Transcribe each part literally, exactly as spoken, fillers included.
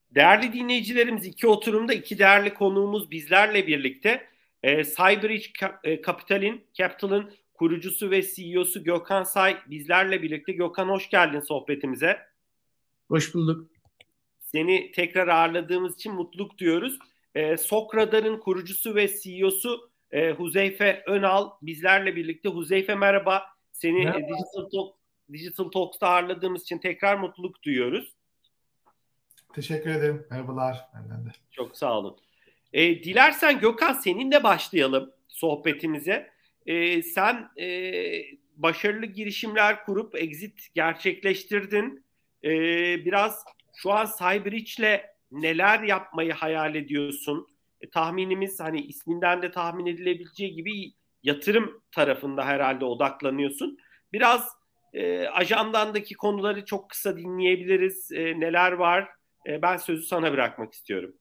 Değerli dinleyicilerimiz, iki oturumda iki değerli konuğumuz bizlerle birlikte. E, CyberEdge e, Capital'in Capital'ın kurucusu ve C E O'su Gökhan Say bizlerle birlikte. Gökhan, hoş geldin sohbetimize. Hoş bulduk. Seni tekrar ağırladığımız için mutluluk duyuyoruz. E, Sokradar'ın kurucusu ve C E O'su e, Huzeyfe Önal bizlerle birlikte. Huzeyfe, merhaba. Seni e, Merhaba. Digital Talk, Digital Talks'ta ağırladığımız için tekrar mutluluk duyuyoruz. Teşekkür ederim. Merhabalar. Benden de. Çok sağ olun. E, dilersen Gökhan, seninle başlayalım sohbetimize. E, sen e, başarılı girişimler kurup exit gerçekleştirdin. E, biraz şu an CyberEdge'le neler yapmayı hayal ediyorsun? E, tahminimiz, hani isminden de tahmin edilebileceği gibi, yatırım tarafında herhalde odaklanıyorsun. Biraz e, ajandandaki konuları çok kısa dinleyebiliriz. E, neler var? E, ben sözü sana bırakmak istiyorum.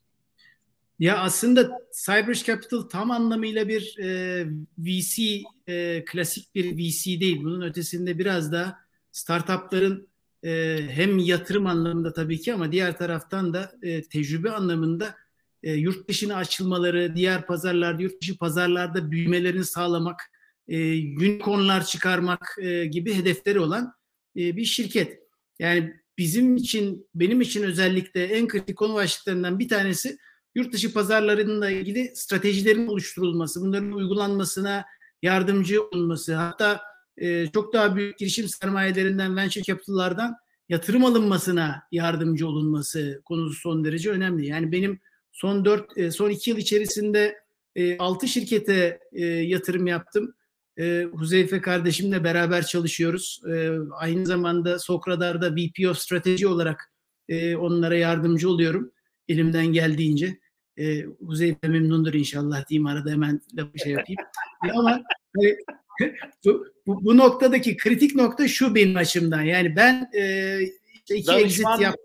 Ya aslında CyberEdge Capital tam anlamıyla bir e, V C, e, klasik bir V C değil. Bunun ötesinde biraz da startupların e, hem yatırım anlamında tabii ki ama diğer taraftan da e, tecrübe anlamında e, yurt dışına açılmaları, diğer pazarlarda, yurt dışı pazarlarda büyümelerini sağlamak, e, unicornlar çıkarmak e, gibi hedefleri olan e, bir şirket. Yani bizim için, benim için özellikle en kritik konu başlıklarından bir tanesi yurt dışı pazarlarıyla ilgili stratejilerin oluşturulması, bunların uygulanmasına yardımcı olması, hatta e, çok daha büyük girişim sermayelerinden, venture capital'lardan yatırım alınmasına yardımcı olunması konusu son derece önemli. Yani benim son dört, e, son iki yıl içerisinde e, altı şirkete e, yatırım yaptım. E, Huzeyfe kardeşimle beraber çalışıyoruz. E, aynı zamanda Sokradar'da V P of Strateji olarak e, onlara yardımcı oluyorum elimden geldiğince. E, Huzeyfe memnundur inşallah diyeyim, arada hemen lafı şey yapayım. Ama e, bu, bu, bu noktadaki kritik nokta şu benim açımdan. Yani ben e, işte iki exit yaptım.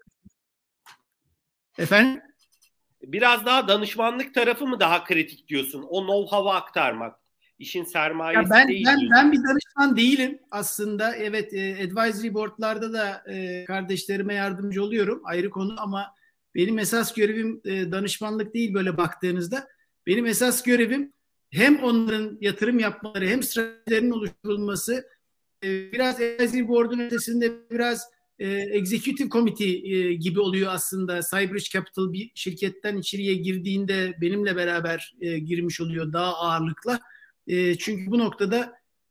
Efendim? Biraz daha danışmanlık tarafı mı daha kritik diyorsun? O know-how'u aktarmak. İşin sermayesi ben, değil. Ben, ben bir danışman değilim aslında. Evet, e, advisory boardlarda da e, kardeşlerime yardımcı oluyorum. Ayrı konu ama benim esas görevim e, danışmanlık değil böyle baktığınızda. Benim esas görevim hem onların yatırım yapmaları hem stratejilerinin oluşturulması, e, biraz advisory board'un ötesinde biraz e, executive committee e, gibi oluyor aslında. CyberEdge Capital bir şirketten içeriye girdiğinde benimle beraber e, girmiş oluyor daha ağırlıkla. E, çünkü bu noktada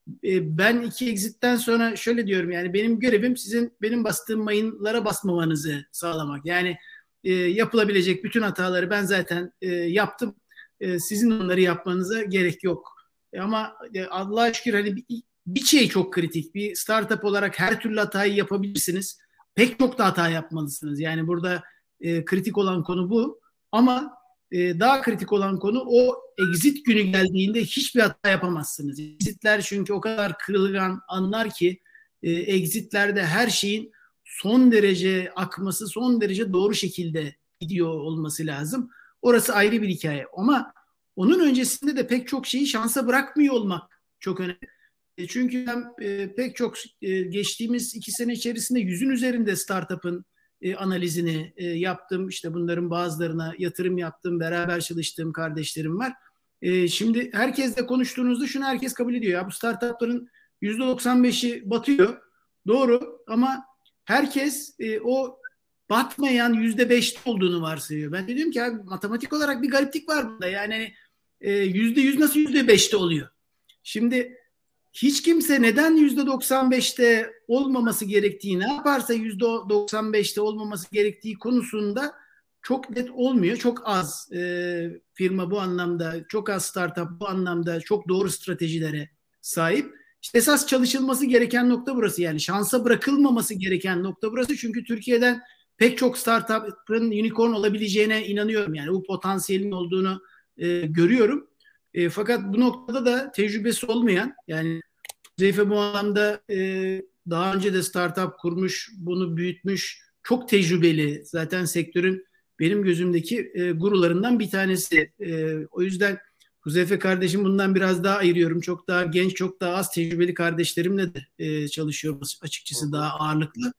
e, ben iki exit'ten sonra şöyle diyorum, yani benim görevim sizin benim bastığım mayınlara basmamanızı sağlamak. Yani e, yapılabilecek bütün hataları ben zaten e, yaptım. E, sizin onları yapmanıza gerek yok. E, ama e, Allah'a şükür hani bir, bir şey çok kritik. Bir startup olarak her türlü hatayı yapabilirsiniz. Pek çok da hata yapmalısınız. Yani burada e, kritik olan konu bu. Ama e, daha kritik olan konu o exit günü geldiğinde hiçbir hata yapamazsınız. Exitler çünkü o kadar kırılgan anlar ki e, exitlerde her şeyin son derece akması, son derece doğru şekilde gidiyor olması lazım. Orası ayrı bir hikaye. Ama onun öncesinde de pek çok şeyi şansa bırakmıyor olmak çok önemli. E, çünkü ben e, pek çok e, geçtiğimiz iki sene içerisinde yüzün üzerinde startup'ın e, analizini e, yaptım. İşte bunların bazılarına yatırım yaptım. Beraber çalıştığım kardeşlerim var. E, şimdi herkesle konuştuğunuzda şunu herkes kabul ediyor. Ya bu startupların yüzde doksan beşi batıyor. Doğru ama herkes e, o batmayan yüzde beşte olduğunu varsayıyor. Ben de diyorum ki abi, matematik olarak bir gariplik var burada. Yani e, yüzde yüz nasıl yüzde beşte oluyor? Şimdi hiç kimse neden yüzde doksan beşte olmaması gerektiği, ne yaparsa yüzde doksan beşte olmaması gerektiği konusunda çok net olmuyor. Çok az e, firma bu anlamda, çok az startup bu anlamda çok doğru stratejilere sahip. İşte esas çalışılması gereken nokta burası, yani şansa bırakılmaması gereken nokta burası. Çünkü Türkiye'den pek çok startup'ın unicorn olabileceğine inanıyorum. Yani bu potansiyelin olduğunu e, görüyorum. E, fakat bu noktada da tecrübesi olmayan, yani Zeyfe bu anlamda e, daha önce de startup kurmuş, bunu büyütmüş, çok tecrübeli. Zaten sektörün benim gözümdeki e, gurularından bir tanesi. E, o yüzden Huzeyfe kardeşim bundan biraz daha ayırıyorum. Çok daha genç, çok daha az tecrübeli kardeşlerimle de e, çalışıyorum açıkçası daha ağırlıklı.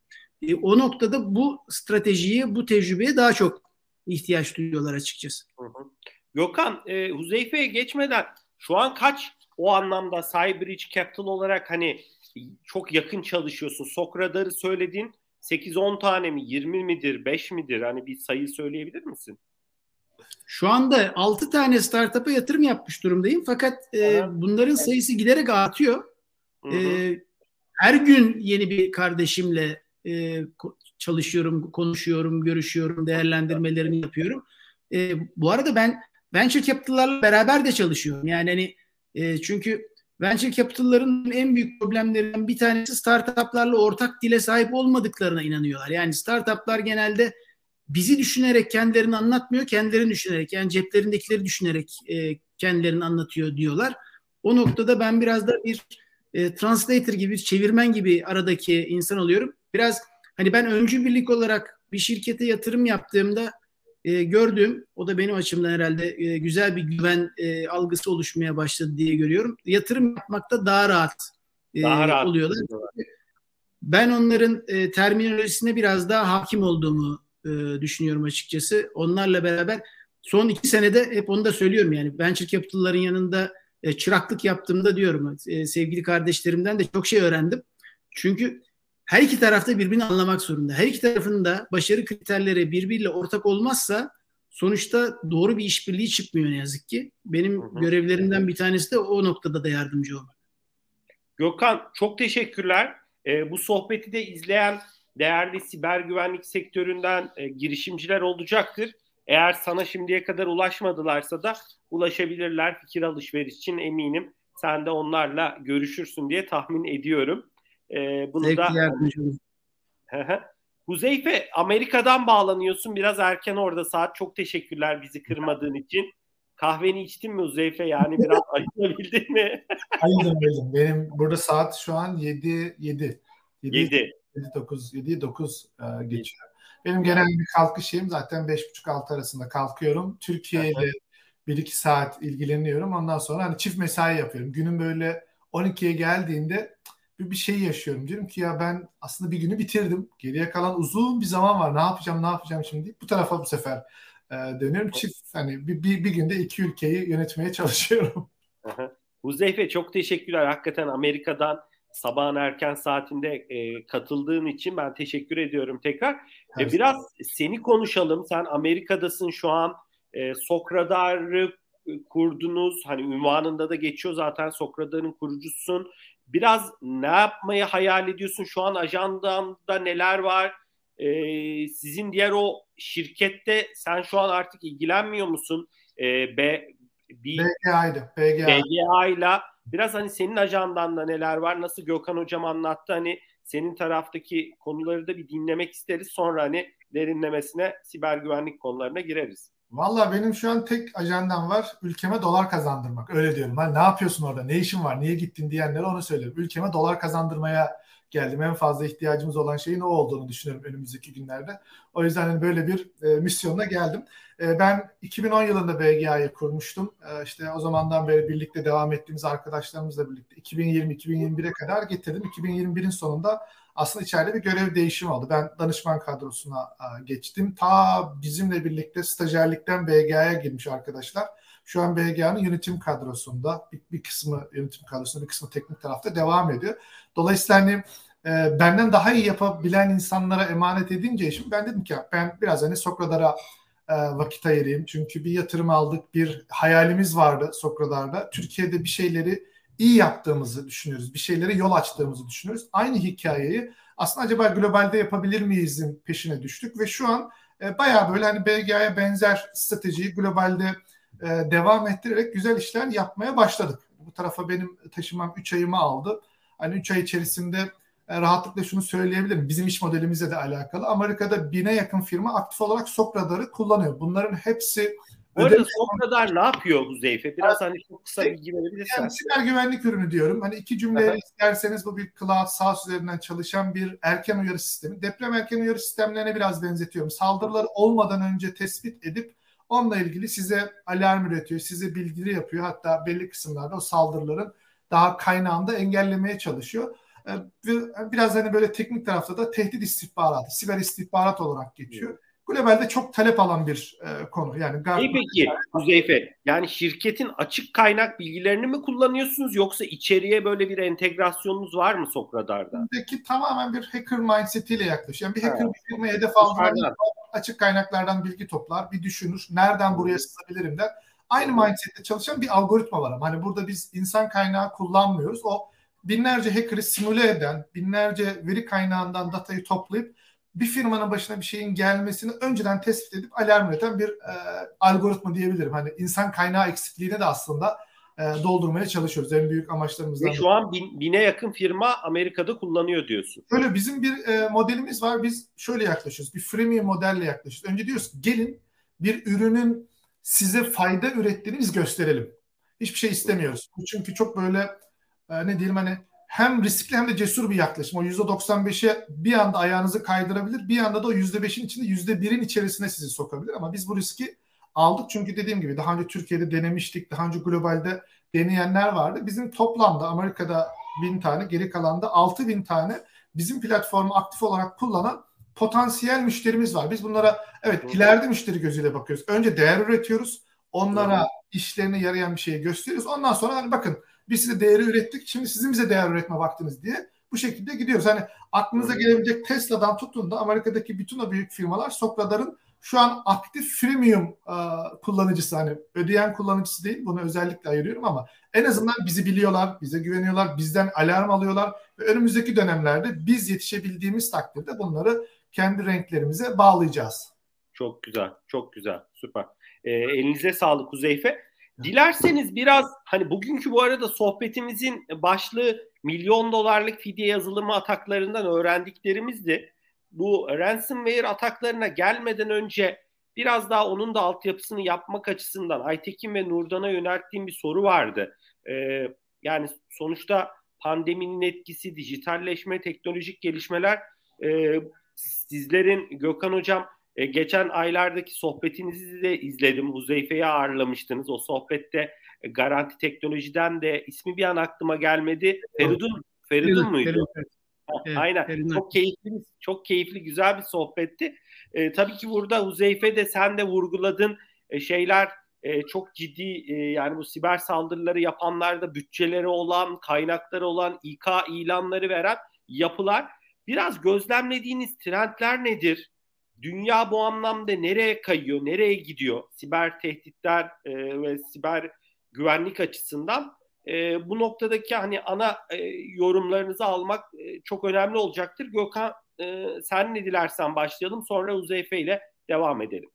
E, o noktada bu stratejiye, bu tecrübeye daha çok ihtiyaç duyuyorlar açıkçası. Hı hı. Gökhan, e, Huzeyfe'ye geçmeden şu an kaç o anlamda Cybridge Capital olarak hani çok yakın çalışıyorsun? Sokradar'ı söyledin. sekiz on tane mi? yirmi midir? beş midir? Hani bir sayı söyleyebilir misin? Şu anda altı tane startup'a yatırım yapmış durumdayım. Fakat e, bunların sayısı giderek artıyor. Hı E, hı. her gün yeni bir kardeşimle e, çalışıyorum, konuşuyorum, görüşüyorum, değerlendirmelerini yapıyorum. E, bu arada ben venture capital'larla beraber de çalışıyorum. Yani hani e, çünkü venture capital'ların en büyük problemlerinden bir tanesi startup'larla ortak dile sahip olmadıklarına inanıyorlar. Yani startup'lar genelde bizi düşünerek kendilerini anlatmıyor, kendilerini düşünerek, yani ceplerindekileri düşünerek e, kendilerini anlatıyor diyorlar. O noktada ben biraz da bir e, translator gibi, bir çevirmen gibi aradaki insan oluyorum. Biraz hani ben öncü birlik olarak bir şirkete yatırım yaptığımda e, gördüğüm, o da benim açımdan herhalde e, güzel bir güven e, algısı oluşmaya başladı diye görüyorum. Yatırım yapmakta daha rahat Daha e, rahat. oluyorlar. Ben onların e, terminolojisine biraz daha hakim olduğumu e, düşünüyorum açıkçası. Onlarla beraber son iki senede hep onu da söylüyorum, yani venture capital'ların yanında e, çıraklık yaptığımda diyorum, e, sevgili kardeşlerimden de çok şey öğrendim. Çünkü her iki tarafta birbirini anlamak zorunda. Her iki tarafın da başarı kriterleri birbiriyle ortak olmazsa sonuçta doğru bir işbirliği çıkmıyor ne yazık ki. Benim Hı hı. görevlerimden bir tanesi de o noktada da yardımcı olmak. Gökhan, çok teşekkürler. E, bu sohbeti de izleyen değerli siber güvenlik sektöründen e, girişimciler olacaktır. Eğer sana şimdiye kadar ulaşmadılarsa da ulaşabilirler. Fikir alışveriş için eminim. Sen de onlarla görüşürsün diye tahmin ediyorum. E, bunu Zevkle da yardımcı olmak. Huzeyfe, Amerika'dan bağlanıyorsun. Biraz erken orada saat. Çok teşekkürler bizi kırmadığın için. Kahveni içtin mi Huzeyfe? Yani biraz ayılabildin mi? Ayıldım ayıldım. Benim burada saat şu an yedi yedi. yedi Yedi. dokuz yedi dokuz e, geçiyor. Benim genel bir kalkış şeyim zaten beş buçuk altı arasında kalkıyorum. Türkiye ile bir iki saat ilgileniyorum. Ondan sonra hani çift mesai yapıyorum. Günün böyle on ikiye geldiğinde bir, bir şey yaşıyorum. Diyorum ki ya ben aslında bir günü bitirdim. Geriye kalan uzun bir zaman var. Ne yapacağım ne yapacağım şimdi? Bu tarafa bu sefer e, dönüyorum. Çift hani bir, bir, bir günde iki ülkeyi yönetmeye çalışıyorum. Huzeyfe, çok teşekkürler. Hakikaten Amerika'dan sabahın erken saatinde e, katıldığın için ben teşekkür ediyorum tekrar. E, biraz seni konuşalım. Sen Amerika'dasın şu an. E, Sokradar'ı kurdunuz. Hani ünvanında da geçiyor zaten, Sokradar'ın kurucusun. Biraz ne yapmayı hayal ediyorsun? Şu an ajandanda neler var? E, sizin diğer o şirkette sen şu an artık ilgilenmiyor musun? E, B, bir B G A'ydı. B G A. B G A'yla biraz hani senin ajandanda neler var? Nasıl, Gökhan Hocam anlattı, hani senin taraftaki konuları da bir dinlemek isteriz. Sonra hani derinlemesine siber güvenlik konularına gireriz. Valla benim şu an tek ajandam var. Ülkeme dolar kazandırmak. Öyle diyorum. Hani ne yapıyorsun orada? Ne işin var? Niye gittin diyenlere onu söylüyorum. Ülkeme dolar kazandırmaya geldim. En fazla ihtiyacımız olan şeyin o olduğunu düşünüyorum önümüzdeki günlerde. O yüzden hani böyle bir e, misyonla geldim. E, ben iki bin on yılında B G A'yı kurmuştum. E, işte o zamandan beri birlikte devam ettiğimiz arkadaşlarımızla birlikte iki bin yirmi iki bin yirmi bire kadar getirdim. iki bin yirmi birin sonunda aslında içeride bir görev değişimi oldu. Ben danışman kadrosuna geçtim. Ta bizimle birlikte stajyerlikten B G A'ya girmiş arkadaşlar. Şu an B G A'nın yönetim kadrosunda, bir, bir kısmı yönetim kadrosunda, bir kısmı teknik tarafta devam ediyor. Dolayısıyla hani e, benden daha iyi yapabilen insanlara emanet edince işim, ben dedim ki ben biraz hani Sokradar'a e, vakit ayırayım. Çünkü bir yatırım aldık, bir hayalimiz vardı Sokradar'da. Türkiye'de bir şeyleri iyi yaptığımızı düşünüyoruz. Bir şeylere yol açtığımızı düşünüyoruz. Aynı hikayeyi aslında acaba globalde yapabilir miyizin peşine düştük ve şu an e, bayağı böyle hani B G A'ya benzer stratejiyi globalde e, devam ettirerek güzel işler yapmaya başladık. Bu tarafa benim taşımam üç ayımı aldı. Hani üç ay içerisinde e, rahatlıkla şunu söyleyebilirim. Bizim iş modelimizle de alakalı. Amerika'da bine yakın firma aktif olarak Sokradar'ı kullanıyor. Bunların hepsi Bu arada Sokradar ne yapıyor Huzeyfe? Biraz hani çok kısa bilgi verebilirsen. Yani siber güvenlik ürünü diyorum. Hani iki cümleyle isterseniz bu bir cloud SaaS üzerinden çalışan bir erken uyarı sistemi. Deprem erken uyarı sistemlerine biraz benzetiyorum. Saldırılar olmadan önce tespit edip onunla ilgili size alarm üretiyor, size bildiri yapıyor. Hatta belli kısımlarda o saldırıların daha kaynağında engellemeye çalışıyor. Biraz hani böyle teknik tarafta da tehdit istihbaratı, siber istihbarat olarak geçiyor. Globalde çok talep alan bir e, konu. Yani İyi peki Huzeyfe, yani şirketin açık kaynak bilgilerini mi kullanıyorsunuz yoksa içeriye böyle bir entegrasyonunuz var mı Sokradar'da? Buradaki tamamen bir hacker mindsetiyle yaklaşıyor. Yani bir hacker bir firmaya hedef aldığında açık kaynaklardan bilgi toplar, bir düşünür, nereden buraya sızabilirim der. Aynı mindsetle çalışan bir algoritma var ama hani burada biz insan kaynağı kullanmıyoruz. O binlerce hacker'ı simüle eden, binlerce veri kaynağından datayı toplayıp bir firmanın başına bir şeyin gelmesini önceden tespit edip alarm üreten bir e, algoritma diyebilirim. Hani insan kaynağı eksikliğini de aslında e, doldurmaya çalışıyoruz. En büyük amaçlarımızdan. Ve şu an bin, bine yakın firma Amerika'da kullanıyor diyorsun. Şöyle bizim bir e, modelimiz var. Biz şöyle yaklaşıyoruz. Bir freemium modelle yaklaşıyoruz. Önce diyoruz ki gelin bir ürünün size fayda ürettiğini biz gösterelim. Hiçbir şey istemiyoruz. Çünkü çok böyle e, ne diyelim hani hem riskli hem de cesur bir yaklaşım. O yüzde doksan beşe bir anda ayağınızı kaydırabilir. Bir anda da o yüzde beşin içinde yüzde birin içerisine sizi sokabilir. Ama biz bu riski aldık. Çünkü dediğim gibi daha önce Türkiye'de denemiştik. Daha önce globalde deneyenler vardı. Bizim toplamda Amerika'da bin tane, geri kalanda altı bin tane bizim platformu aktif olarak kullanan potansiyel müşterimiz var. Biz bunlara evet Hı. ileride müşteri gözüyle bakıyoruz. Önce değer üretiyoruz. Onlara Hı. işlerine yarayan bir şeyi gösteriyoruz. Ondan sonra hani bakın biz size değeri ürettik. Şimdi sizin bize değer üretme vaktiniz diye bu şekilde gidiyoruz. Hani aklınıza gelebilecek Tesla'dan tutun da Amerika'daki bütün o büyük firmalar Sokradar'ın şu an aktif freemium uh, kullanıcısı, hani ödeyen kullanıcısı değil, bunu özellikle ayırıyorum ama en azından bizi biliyorlar, bize güveniyorlar, bizden alarm alıyorlar ve önümüzdeki dönemlerde biz yetişebildiğimiz takdirde bunları kendi renklerimize bağlayacağız. Çok güzel, çok güzel, süper. Ee, elinize sağlık Huzeyfe. Dilerseniz biraz hani bugünkü bu arada sohbetimizin başlığı milyon dolarlık fidye yazılımı ataklarından öğrendiklerimizdi. Bu ransomware ataklarına gelmeden önce biraz daha onun da altyapısını yapmak açısından Aytekin ve Nurdan'a yönelttiğim bir soru vardı. Ee, yani sonuçta pandeminin etkisi, dijitalleşme, teknolojik gelişmeler e, sizlerin Gökhan Hocam e, geçen aylardaki sohbetinizi de izledim. Huzeyfe'yi ağırlamıştınız. O sohbette e, Garanti Teknoloji'den de ismi bir an aklıma gelmedi. Feridun, Feridun muydu? Feridun. Evet, aynen. Feridun. Çok keyifli, çok keyifli, güzel bir sohbetti. E, tabii ki burada Huzeyfe de sen de vurguladın e, şeyler e, çok ciddi e, yani bu siber saldırıları yapanlarda bütçeleri olan, kaynakları olan, İK ilanları veren yapılar. Biraz gözlemlediğiniz trendler nedir? Dünya bu anlamda nereye kayıyor, nereye gidiyor? Siber tehditler e, ve siber güvenlik açısından e, bu noktadaki hani ana e, yorumlarınızı almak e, çok önemli olacaktır. Gökhan e, sen ne dilersen başlayalım, sonra Huzeyfe ile devam edelim.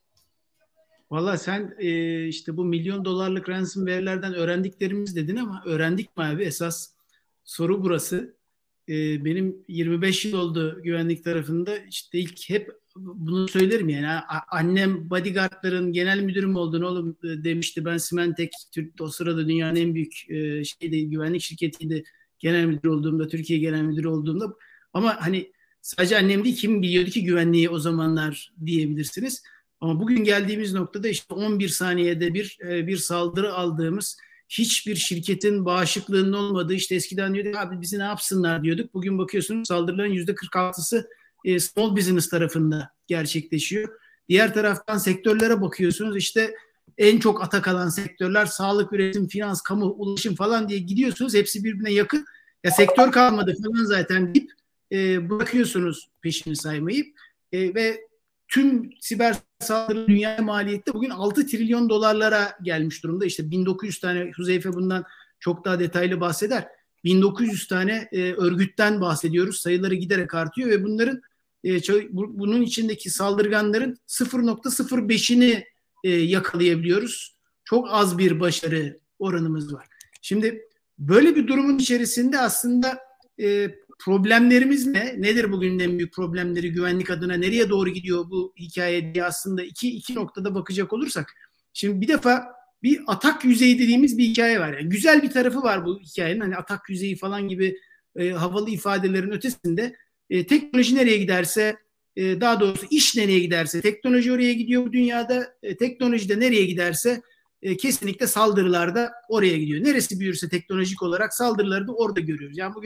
Valla sen e, işte bu milyon dolarlık ransomware'lerden öğrendiklerimiz dedin ama öğrendik mi abi? Esas soru burası. E, benim yirmi beş yıl oldu güvenlik tarafında. İşte ilk hep bunu söylerim yani. Annem bodyguardların genel müdürüm olduğunu oğlum demişti. Ben Symantec, o sırada dünyanın en büyük e, şeydi, güvenlik şirketiydi. Genel müdür olduğumda, Türkiye genel müdürü olduğumda. Ama hani sadece annem değil, kim biliyordu ki güvenliği o zamanlar diyebilirsiniz. Ama bugün geldiğimiz noktada işte on bir saniyede bir e, bir saldırı aldığımız, hiçbir şirketin bağışıklığının olmadığı, işte eskiden diyorduk abi bizi ne yapsınlar diyorduk. Bugün bakıyorsunuz saldırıların yüzde kırk altısı e, small business tarafında gerçekleşiyor. Diğer taraftan sektörlere bakıyorsunuz, işte en çok atak alan sektörler sağlık, üretim, finans, kamu, ulaşım falan diye gidiyorsunuz. Hepsi birbirine yakın. Ya sektör kalmadı falan zaten deyip e, bırakıyorsunuz peşini saymayı e, ve tüm siber saldırı dünya maliyeti bugün altı trilyon dolarlara gelmiş durumda. İşte bin dokuz yüz tane, Huzeyfe bundan çok daha detaylı bahseder. bin dokuz yüz tane e, örgütten bahsediyoruz. Sayıları giderek artıyor ve bunların e, bu, bunun içindeki saldırganların sıfır nokta sıfır beşini e, yakalayabiliyoruz. Çok az bir başarı oranımız var. Şimdi böyle bir durumun içerisinde aslında e, problemlerimiz ne? Nedir bugünün en büyük problemleri güvenlik adına? Nereye doğru gidiyor bu hikaye diye aslında iki, iki noktada bakacak olursak. Şimdi bir defa bir atak yüzeyi dediğimiz bir hikaye var. Yani güzel bir tarafı var bu hikayenin. Hani atak yüzeyi falan gibi e, havalı ifadelerin ötesinde e, teknoloji nereye giderse, e, daha doğrusu iş nereye giderse teknoloji oraya gidiyor bu dünyada. E, teknoloji de nereye giderse e, kesinlikle saldırılar da oraya gidiyor. Neresi büyürse teknolojik olarak saldırıları da orada görüyoruz. Yani bugün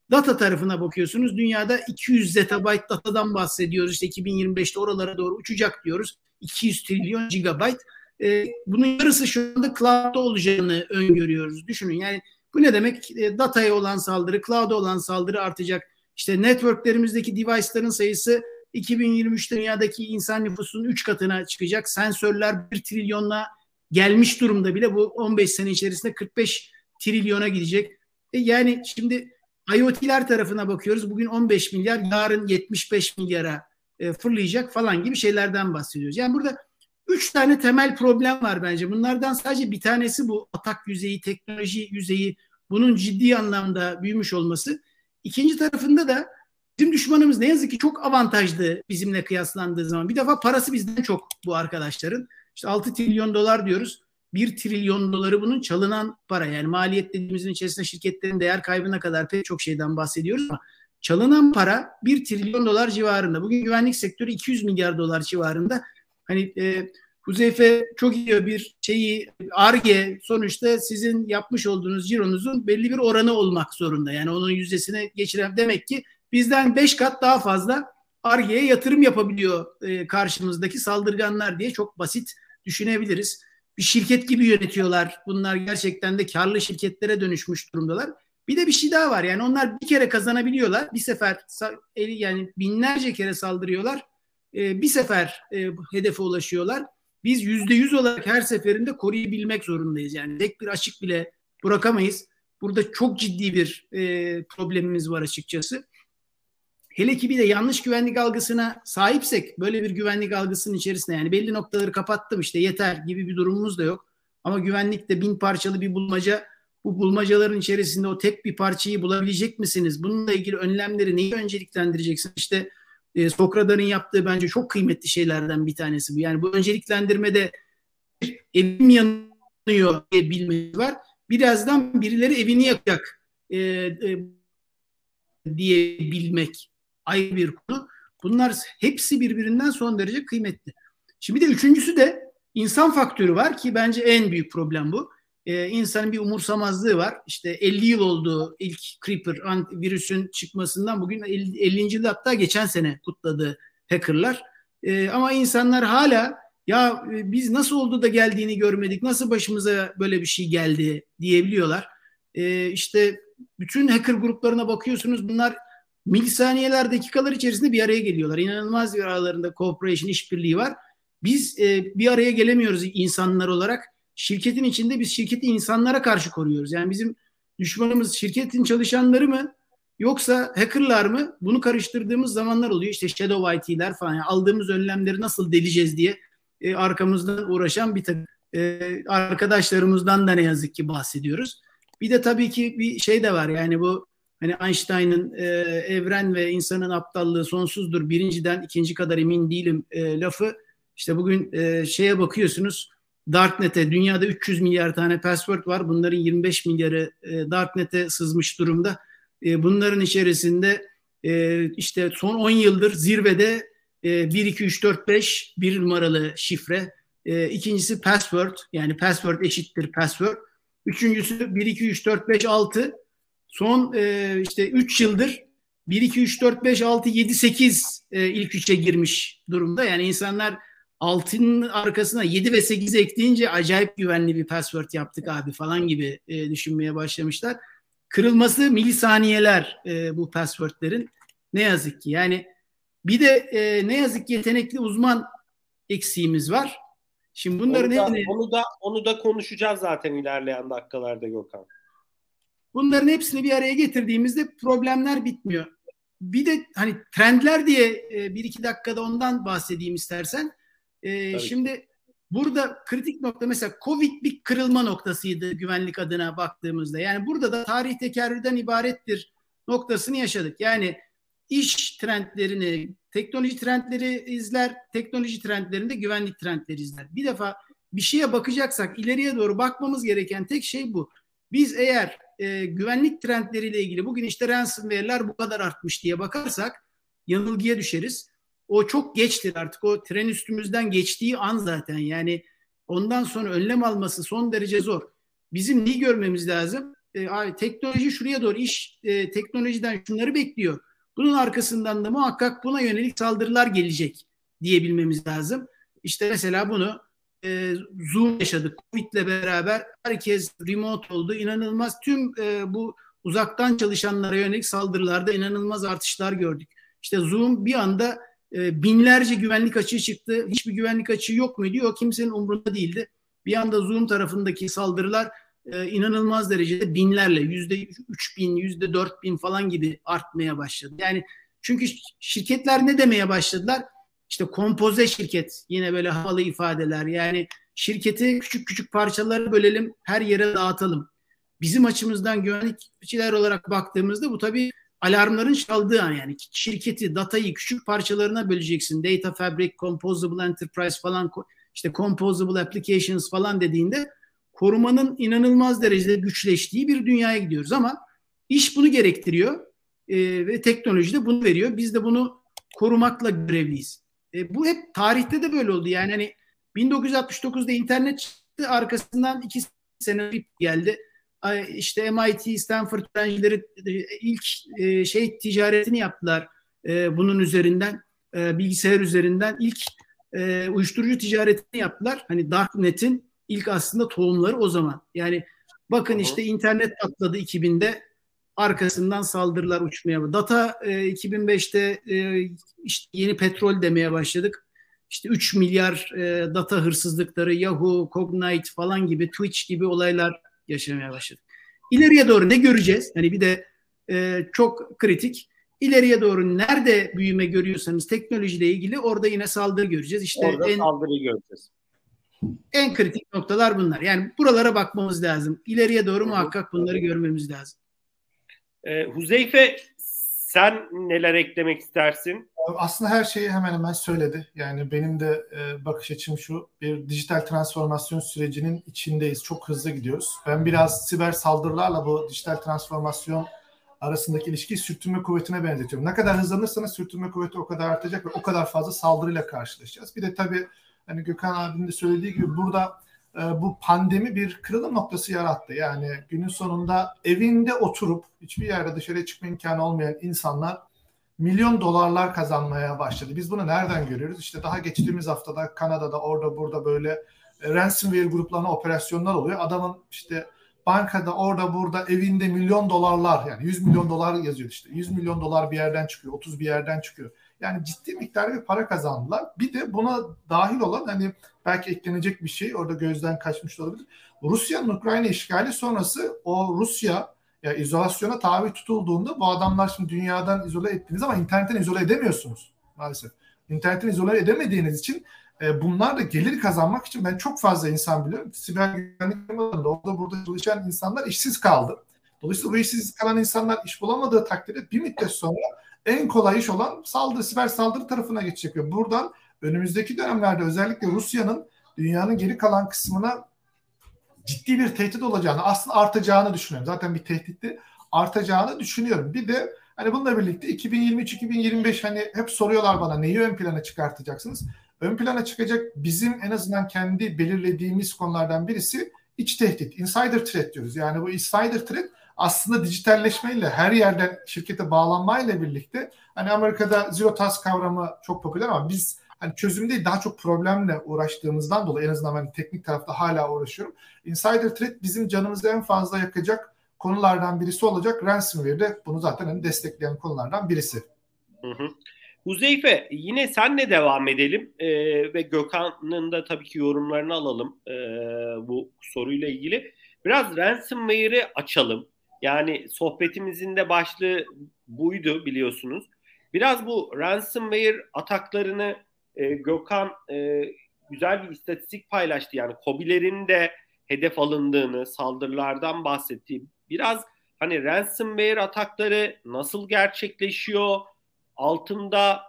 Data tarafına bakıyorsunuz. Dünyada iki yüz zettabyte datadan bahsediyoruz. İşte iki bin yirmi beşte oralara doğru uçacak diyoruz. iki yüz trilyon gigabyte. Ee, bunun yarısı şu anda cloud'da olacağını öngörüyoruz. Düşünün yani bu ne demek? E, dataya olan saldırı, cloud'a olan saldırı artacak. İşte networklerimizdeki device'ların sayısı iki bin yirmi üçte dünyadaki insan nüfusunun üç katına çıkacak. Sensörler bir trilyonla gelmiş durumda bile, bu on beş sene içerisinde kırk beş trilyona gidecek. E yani şimdi IoT'ler tarafına bakıyoruz. Bugün on beş milyar, yarın yetmiş beş milyara e, fırlayacak falan gibi şeylerden bahsediyoruz. Yani burada üç tane temel problem var bence. Bunlardan sadece bir tanesi bu atak yüzeyi, teknoloji yüzeyi, bunun ciddi anlamda büyümüş olması. İkinci tarafında da bizim düşmanımız ne yazık ki çok avantajlı bizimle kıyaslandığı zaman. Bir defa parası bizden çok bu arkadaşların. İşte altı trilyon dolar diyoruz. bir trilyon doları bunun çalınan para. Yani maliyet dediğimizin içerisinde şirketlerin değer kaybına kadar pek çok şeyden bahsediyoruz ama çalınan para bir trilyon dolar civarında. Bugün güvenlik sektörü iki yüz milyar dolar civarında. Hani e, Huzeyfe çok iyi bir şeyi, Ar-Ge sonuçta sizin yapmış olduğunuz cironuzun belli bir oranı olmak zorunda. Yani onun yüzdesine geçiren, demek ki bizden beş kat daha fazla Ar-Ge'ye yatırım yapabiliyor e, karşımızdaki saldırganlar diye çok basit düşünebiliriz. Bir şirket gibi yönetiyorlar. Bunlar gerçekten de karlı şirketlere dönüşmüş durumdalar. Bir de bir şey daha var. Yani onlar bir kere kazanabiliyorlar. Bir sefer yani binlerce kere saldırıyorlar. Bir sefer hedefe ulaşıyorlar. Biz yüzde yüz olarak her seferinde koruyabilmek zorundayız. Yani tek bir açık bile bırakamayız. Burada çok ciddi bir problemimiz var açıkçası. Hele ki bir de yanlış güvenlik algısına sahipsek, böyle bir güvenlik algısının içerisinde yani belli noktaları kapattım işte yeter gibi bir durumumuz da yok. Ama güvenlikte bin parçalı bir bulmaca, bu bulmacaların içerisinde o tek bir parçayı bulabilecek misiniz? Bununla ilgili önlemleri neyi önceliklendireceksiniz? İşte e, Sokrat'ın yaptığı bence çok kıymetli şeylerden bir tanesi bu. Yani bu önceliklendirmede evim yanıyor diye bilmesi var. Birazdan birileri evini yakacak e, e, diye bilmek ayrı bir konu. Bunlar hepsi birbirinden son derece kıymetli. Şimdi de üçüncüsü de insan faktörü var ki bence en büyük problem bu. Ee, insanın bir umursamazlığı var. İşte elli yıl oldu ilk Creeper virüsün çıkmasından, bugün ellinci yılda, hatta geçen sene kutladı hackerlar. Ee, ama insanlar hala ya biz nasıl oldu da geldiğini görmedik, nasıl başımıza böyle bir şey geldi diyebiliyorlar. Ee, işte bütün hacker gruplarına bakıyorsunuz, bunlar milisaniyeler, dakikalar içerisinde bir araya geliyorlar. İnanılmaz bir aralarında cooperation, işbirliği var. Biz e, bir araya gelemiyoruz insanlar olarak. Şirketin içinde biz şirketi insanlara karşı koruyoruz. Yani bizim düşmanımız şirketin çalışanları mı yoksa hackerlar mı? Bunu karıştırdığımız zamanlar oluyor. İşte Shadow I T'ler falan. Yani aldığımız önlemleri nasıl deleceğiz diye e, arkamızdan uğraşan bir takım e, arkadaşlarımızdan da ne yazık ki bahsediyoruz. Bir de tabii ki bir şey de var. Yani bu hani Einstein'ın e, evren ve insanın aptallığı sonsuzdur, birinciden ikinci kadar emin değilim e, lafı. İşte bugün e, şeye bakıyorsunuz, Darknet'e, dünyada üç yüz milyar tane password var. Bunların yirmi beş milyarı e, Darknet'e sızmış durumda. E, bunların içerisinde e, işte son on yıldır zirvede e, bir iki üç dört beş bir numaralı şifre. E, ikincisi password, yani password eşittir password. Üçüncüsü bir iki üç dört beş altı. Son e, işte üç yıldır bir iki üç dört beş altı yedi sekiz e, ilk üçe girmiş durumda. Yani insanlar altının arkasına yedi ve sekiz ekleyince acayip güvenli bir password yaptık abi falan gibi e, düşünmeye başlamışlar. Kırılması milisaniyeler e, bu passwordlerin, ne yazık ki. Yani bir de e, ne yazık ki yetenekli uzman eksiğimiz var. Şimdi bunların onu da, hepsini, onu da onu da konuşacağız zaten ilerleyen dakikalarda Gökhan. Bunların hepsini bir araya getirdiğimizde problemler bitmiyor. Bir de hani trendler diye e, bir iki dakikada ondan bahsedeyim istersen. E, şimdi burada kritik nokta, mesela Covid bir kırılma noktasıydı güvenlik adına baktığımızda. Yani burada da tarih tekerrürden ibarettir noktasını yaşadık. Yani iş trendlerini, teknoloji trendleri izler, teknoloji trendlerinde güvenlik trendleri izler. Bir defa bir şeye bakacaksak ileriye doğru bakmamız gereken tek şey bu. Biz eğer e, güvenlik trendleriyle ilgili bugün işte ransomware'ler bu kadar artmış diye bakarsak yanılgıya düşeriz. O çok geçtir artık. O tren üstümüzden geçtiği an zaten. Yani ondan sonra önlem alması son derece zor. Bizim neyi görmemiz lazım? e, abi, teknoloji şuraya doğru, iş e, teknolojiden şunları bekliyor. Bunun arkasından da muhakkak buna yönelik saldırılar gelecek diyebilmemiz lazım. İşte mesela bunu e, Zoom yaşadık. Covid'le beraber herkes remote oldu. İnanılmaz tüm e, bu uzaktan çalışanlara yönelik saldırılarda inanılmaz artışlar gördük. İşte Zoom bir anda e, binlerce güvenlik açığı çıktı. Hiçbir güvenlik açığı yok mu diyor. O kimsenin umurunda değildi. Bir anda Zoom tarafındaki saldırılar e, inanılmaz derecede binlerle, yüzde üç bin, yüzde dört bin falan gibi artmaya başladı. Yani çünkü şirketler ne demeye başladılar? İşte kompoze şirket, yine böyle havalı ifadeler. Yani şirketi küçük küçük parçalara bölelim, her yere dağıtalım. Bizim açımızdan güvenlikçiler olarak baktığımızda bu tabii alarmların çaldığı an, yani şirketi, datayı küçük parçalarına böleceksin. Data Fabric, Composable Enterprise falan, işte Composable Applications falan dediğinde korumanın inanılmaz derecede güçleştiği bir dünyaya gidiyoruz ama iş bunu gerektiriyor e, ve teknoloji de bunu veriyor. Biz de bunu korumakla görevliyiz. E, bu hep tarihte de böyle oldu. Yani hani bin dokuz yüz altmış dokuzda internet çıktı, arkasından iki sene geldi. İşte M I T, Stanford öğrencileri ilk e, şey ticaretini yaptılar e, bunun üzerinden, e, bilgisayar üzerinden ilk e, uyuşturucu ticaretini yaptılar. Hani Darknet'in ilk aslında tohumları o zaman. Yani bakın işte internet patladı iki binde, arkasından saldırılar uçmaya başladı. Data e, iki bin beşte e, işte yeni petrol demeye başladık. İşte üç milyar e, data hırsızlıkları, Yahoo, Cognite falan gibi, Twitch gibi olaylar yaşamaya başladık. İleriye doğru ne göreceğiz? Hani bir de e, çok kritik. İleriye doğru nerede büyüme görüyorsanız teknolojiyle ilgili, orada yine saldırı göreceğiz. İşte orada en, saldırı göreceğiz. En kritik noktalar bunlar. Yani buralara bakmamız lazım. İleriye doğru muhakkak bunları görmemiz lazım. E, Huzeyfe, sen neler eklemek istersin? Aslında her şeyi hemen hemen söyledi. Yani benim de e, bakış açım şu: bir dijital transformasyon sürecinin içindeyiz. Çok hızlı gidiyoruz. Ben biraz siber saldırılarla bu dijital transformasyon arasındaki ilişkiyi sürtünme kuvvetine benzetiyorum. Ne kadar hızlanırsanız sürtünme kuvveti o kadar artacak ve o kadar fazla saldırıyla karşılaşacağız. Bir de tabii hani Gökhan abinin de söylediği gibi burada e, bu pandemi bir kırılım noktası yarattı. Yani günün sonunda evinde oturup hiçbir yerde dışarıya çıkma imkanı olmayan insanlar milyon dolarlar kazanmaya başladı. Biz bunu nereden görüyoruz? İşte daha geçtiğimiz haftada Kanada'da, orada burada böyle e, ransomware gruplarına operasyonlar oluyor. Adamın işte bankada, orada burada evinde milyon dolarlar, yani yüz milyon dolar yazıyor işte. yüz milyon dolar bir yerden çıkıyor, otuz bir yerden çıkıyor. Yani ciddi miktarda bir para kazandılar. Bir de buna dahil olan, hani belki eklenecek bir şey orada gözden kaçmış olabilir. Rusya'nın Ukrayna işgali sonrası o Rusya ya izolasyona tabi tutulduğunda, bu adamlar şimdi dünyadan izole ettiniz ama internetten izole edemiyorsunuz maalesef. İnternetten izole edemediğiniz için e, bunlar da gelir kazanmak için, ben çok fazla insan biliyorum. Siber güvenlik firmalarında orada burada çalışan insanlar işsiz kaldı. Dolayısıyla bu işsiz kalan insanlar iş bulamadığı takdirde bir müddet sonra en kolay iş olan saldırı, siber saldırı tarafına geçecek. Ve buradan önümüzdeki dönemlerde özellikle Rusya'nın dünyanın geri kalan kısmına ciddi bir tehdit olacağını, aslında artacağını düşünüyorum. Zaten bir tehditti, artacağını düşünüyorum. Bir de hani bununla birlikte iki bin yirmi üç iki bin yirmi beş, hani hep soruyorlar bana neyi ön plana çıkartacaksınız? Ön plana çıkacak bizim en azından kendi belirlediğimiz konulardan birisi iç tehdit, insider threat diyoruz. Yani bu insider threat aslında dijitalleşmeyle, her yerden şirkete bağlanmayla birlikte, hani Amerika'da zero trust kavramı çok popüler ama biz hani çözüm değil, daha çok problemle uğraştığımızdan dolayı, en azından ben teknik tarafta hala uğraşıyorum. Insider threat bizim canımızı en fazla yakacak konulardan birisi olacak. Ransomware de bunu zaten hani destekleyen konulardan birisi. Hı hı. Huzeyfe, yine senle devam edelim ee, ve Gökhan'ın da tabii ki yorumlarını alalım ee, bu soruyla ilgili. Biraz ransomware'ı açalım. Yani sohbetimizin de başlığı buydu, biliyorsunuz. Biraz bu ransomware ataklarını e, Gökhan e, güzel bir istatistik paylaştı. Yani KOBİ'lerin de hedef alındığını, saldırılardan bahsettiği. Biraz hani ransomware atakları nasıl gerçekleşiyor? Altında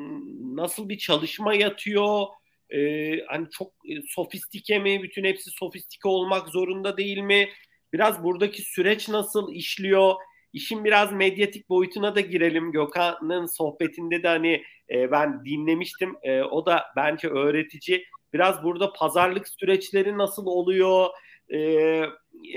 nasıl bir çalışma yatıyor? Ee, hani çok sofistike mi? Bütün hepsi sofistike olmak zorunda değil mi? Biraz buradaki süreç nasıl işliyor? İşin biraz medyatik boyutuna da girelim. Gökhan'ın sohbetinde de hani e, ben dinlemiştim. E, o da bence öğretici. Biraz burada pazarlık süreçleri nasıl oluyor? E, e,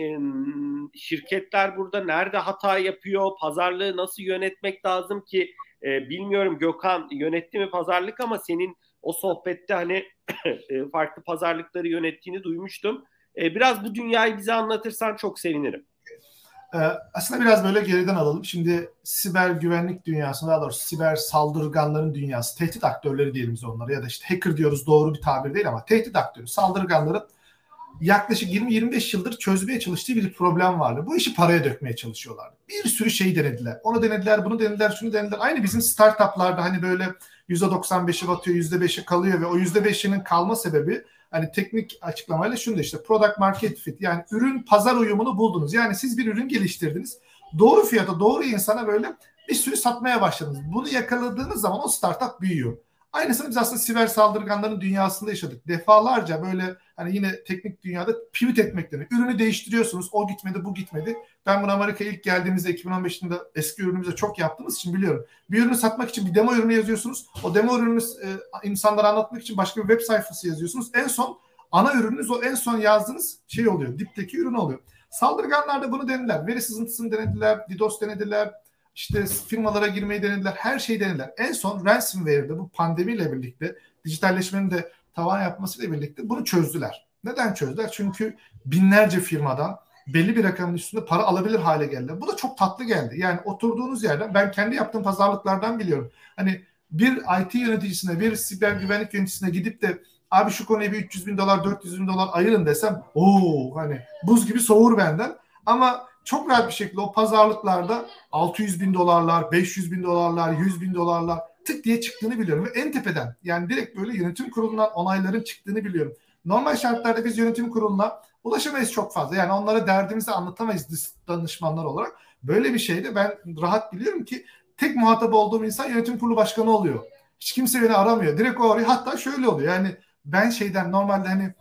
şirketler burada nerede hata yapıyor? Pazarlığı nasıl yönetmek lazım ki? E, bilmiyorum Gökhan yönetti mi pazarlık ama senin o sohbette hani farklı pazarlıkları yönettiğini duymuştum. E, biraz bu dünyayı bize anlatırsan çok sevinirim. Ee, aslında biraz böyle geriden alalım. Şimdi siber güvenlik dünyasında, daha doğrusu siber saldırganların dünyası, tehdit aktörleri diyelim biz onlara, ya da işte hacker diyoruz, doğru bir tabir değil ama tehdit aktörü, saldırganların yaklaşık yirmi yirmi beş yıldır çözmeye çalıştığı bir problem vardı. Bu işi paraya dökmeye çalışıyorlardı. Bir sürü şey denediler. Onu denediler, bunu denediler, şunu denediler. Aynı bizim startuplarda hani böyle yüzde doksan beşi batıyor, yüzde beşi kalıyor ve o yüzde beşinin kalma sebebi hani teknik açıklamayla şunu da işte product market fit, yani ürün pazar uyumunu buldunuz. Yani siz bir ürün geliştirdiniz. Doğru fiyata, doğru insana böyle bir sürü satmaya başladınız. Bunu yakaladığınız zaman o startup büyüyor. Aynısını biz aslında siber saldırganların dünyasında yaşadık. Defalarca böyle hani yine teknik dünyada pivot etmek demek. Ürünü değiştiriyorsunuz. O gitmedi, bu gitmedi. Ben bunu Amerika'ya ilk geldiğimizde iki bin on beş yılında eski ürünümüzde çok yaptığımız için biliyorum. Bir ürünü satmak için bir demo ürünü yazıyorsunuz. O demo ürünü e, insanlara anlatmak için başka bir web sayfası yazıyorsunuz. En son ana ürününüz o en son yazdığınız şey oluyor. Dipteki ürün oluyor. Saldırganlar da bunu denediler. Veri sızıntısını denediler. DDoS denediler. İşte firmalara girmeyi denediler. Her şeyi denediler. En son ransomware'de bu pandemiyle birlikte dijitalleşmenin de tavan yapmasıyla birlikte bunu çözdüler. Neden çözdüler? Çünkü binlerce firmadan belli bir rakamın üstünde para alabilir hale geldi. Bu da çok tatlı geldi. Yani oturduğunuz yerden, ben kendi yaptığım pazarlıklardan biliyorum. Hani bir I T yöneticisine, bir siber güvenlik yöneticisine gidip de abi şu konuya bir üç yüz bin dolar, dört yüz bin dolar ayırın desem ooo hani buz gibi soğur benden. Ama çok rahat bir şekilde o pazarlıklarda altı yüz bin dolarlar, beş yüz bin dolarlar, yüz bin dolarlar tık diye çıktığını biliyorum. Ve en tepeden, yani direkt böyle yönetim kurulundan onayların çıktığını biliyorum. Normal şartlarda biz yönetim kuruluna ulaşamayız çok fazla. Yani onlara derdimizi anlatamayız danışmanlar olarak. Böyle bir şeyde ben rahat biliyorum ki tek muhatap olduğum insan yönetim kurulu başkanı oluyor. Hiç kimse beni aramıyor. Direkt o arıyor. Hatta şöyle oluyor. Yani ben şeyden normalde hani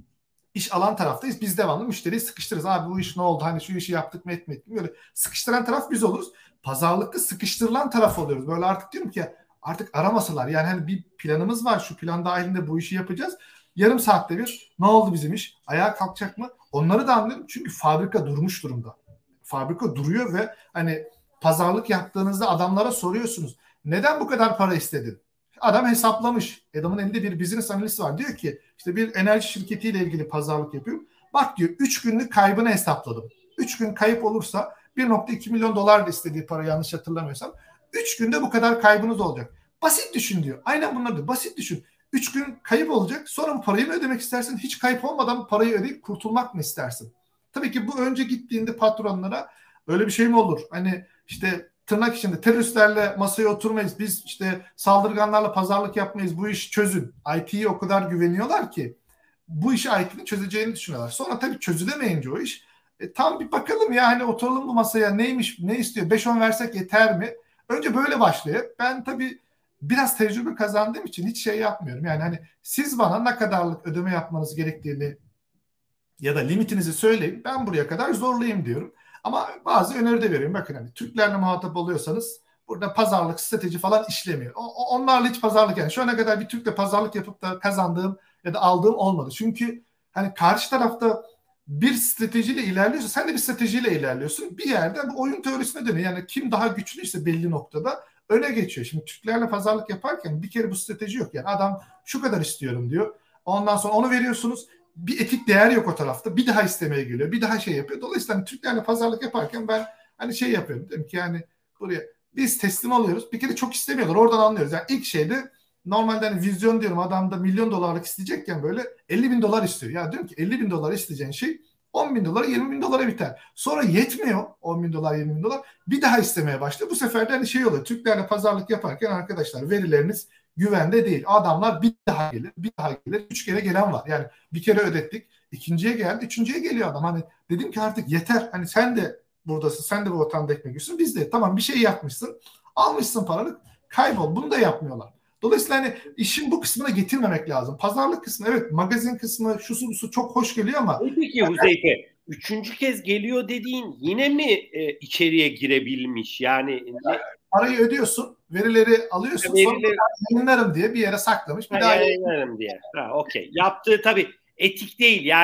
iş alan taraftayız. Biz devamlı müşteriyi sıkıştırırız. Abi bu iş ne oldu? Hani şu işi yaptık mı etmedik mi? Böyle sıkıştıran taraf biz oluruz. Pazarlıkta sıkıştırılan taraf oluyoruz. Böyle artık diyorum ki artık aramasalar. Yani hani bir planımız var. Şu plan dahilinde bu işi yapacağız. Yarım saatte bir ne oldu bizim iş? Ayağa kalkacak mı? Onları da anlıyorum. Çünkü fabrika durmuş durumda. Fabrika duruyor ve hani pazarlık yaptığınızda adamlara soruyorsunuz. Neden bu kadar para istedin? Adam hesaplamış. Adamın elinde bir business analist var. Diyor ki işte bir enerji şirketiyle ilgili pazarlık yapıyorum. Bak diyor üç günlük kaybını hesapladım. üç gün kayıp olursa bir nokta iki milyon dolar da istediği para, yanlış hatırlamıyorsam. üç günde bu kadar kaybınız olacak. Basit düşün diyor. Aynen bunlar diyor. Basit düşün. üç gün kayıp olacak. Sonra bu parayı mı ödemek istersin? Hiç kayıp olmadan parayı ödeyip kurtulmak mı istersin? Tabii ki bu önce gittiğinde patronlara öyle bir şey mi olur? Hani işte tırnak içinde teröristlerle masaya oturmayız. Biz işte saldırganlarla pazarlık yapmayız. Bu iş çözün. I T'ye o kadar güveniyorlar ki bu işi I T'nin çözeceğini düşünüyorlar. Sonra tabii çözülemeyince o iş e, tam bir bakalım ya hani oturalım bu masaya, neymiş, ne istiyor, beş on versek yeter mi? Önce böyle başlıyor. Ben tabii biraz tecrübe kazandığım için hiç şey yapmıyorum. Yani hani siz bana ne kadarlık ödeme yapmanız gerektiğini ya da limitinizi söyleyin, ben buraya kadar zorlayayım diyorum. Ama bazı öneri de veriyorum. Bakın hani Türklerle muhatap oluyorsanız burada pazarlık, strateji falan işlemiyor. O, onlarla hiç pazarlık, yani şu ana kadar bir Türk'le pazarlık yapıp da kazandığım ya da aldığım olmadı. Çünkü hani karşı tarafta bir stratejiyle ilerliyorsa sen de bir stratejiyle ilerliyorsun. Bir yerde bu oyun teorisine dönüyor. Yani kim daha güçlüyse belli noktada öne geçiyor. Şimdi Türklerle pazarlık yaparken bir kere bu strateji yok. Yani adam şu kadar istiyorum diyor. Ondan sonra onu veriyorsunuz. Bir etik değer yok o tarafta. Bir daha istemeye geliyor. Bir daha şey yapıyor. Dolayısıyla hani Türklerle pazarlık yaparken ben hani şey yapıyorum. Dedim ki yani buraya biz teslim alıyoruz. Bir kere çok istemiyorlar. Oradan anlıyoruz. Yani ilk şeyde normalde hani vizyon diyorum, adam da milyon dolarlık isteyecekken böyle elli bin dolar istiyor. Ya diyorum ki elli bin dolar isteyeceğin şey on bin dolara, yirmi bin dolara biter. Sonra yetmiyor on bin dolar, yirmi bin dolar. Bir daha istemeye başlıyor. Bu sefer de hani şey oluyor. Türklerle pazarlık yaparken arkadaşlar verileriniz güvende değil. Adamlar bir daha gelir, bir daha gelir. Üç kere gelen var. Yani bir kere ödettik. İkinciye geldi, üçüncüye geliyor adam. Hani dedim ki artık yeter. Hani sen de buradasın, sen de bu vatanda ekmek yiyorsun. Biz de tamam bir şey yapmışsın. Almışsın paranı, kaybol. Bunu da yapmıyorlar. Dolayısıyla hani işin bu kısmına getirmemek lazım. Pazarlık kısmı, evet, magazin kısmı, şusu busu çok hoş geliyor ama. Peki Huzeyfe, üçüncü kez geliyor dediğin yine mi e, içeriye girebilmiş? Yani ne? Parayı ödüyorsun, verileri alıyorsun, verileri... sonra yayınlarım diye bir yere saklamış. Bir ha, daha yayınlarım diye. Ha, okey. Yaptığı tabii etik değil. Yani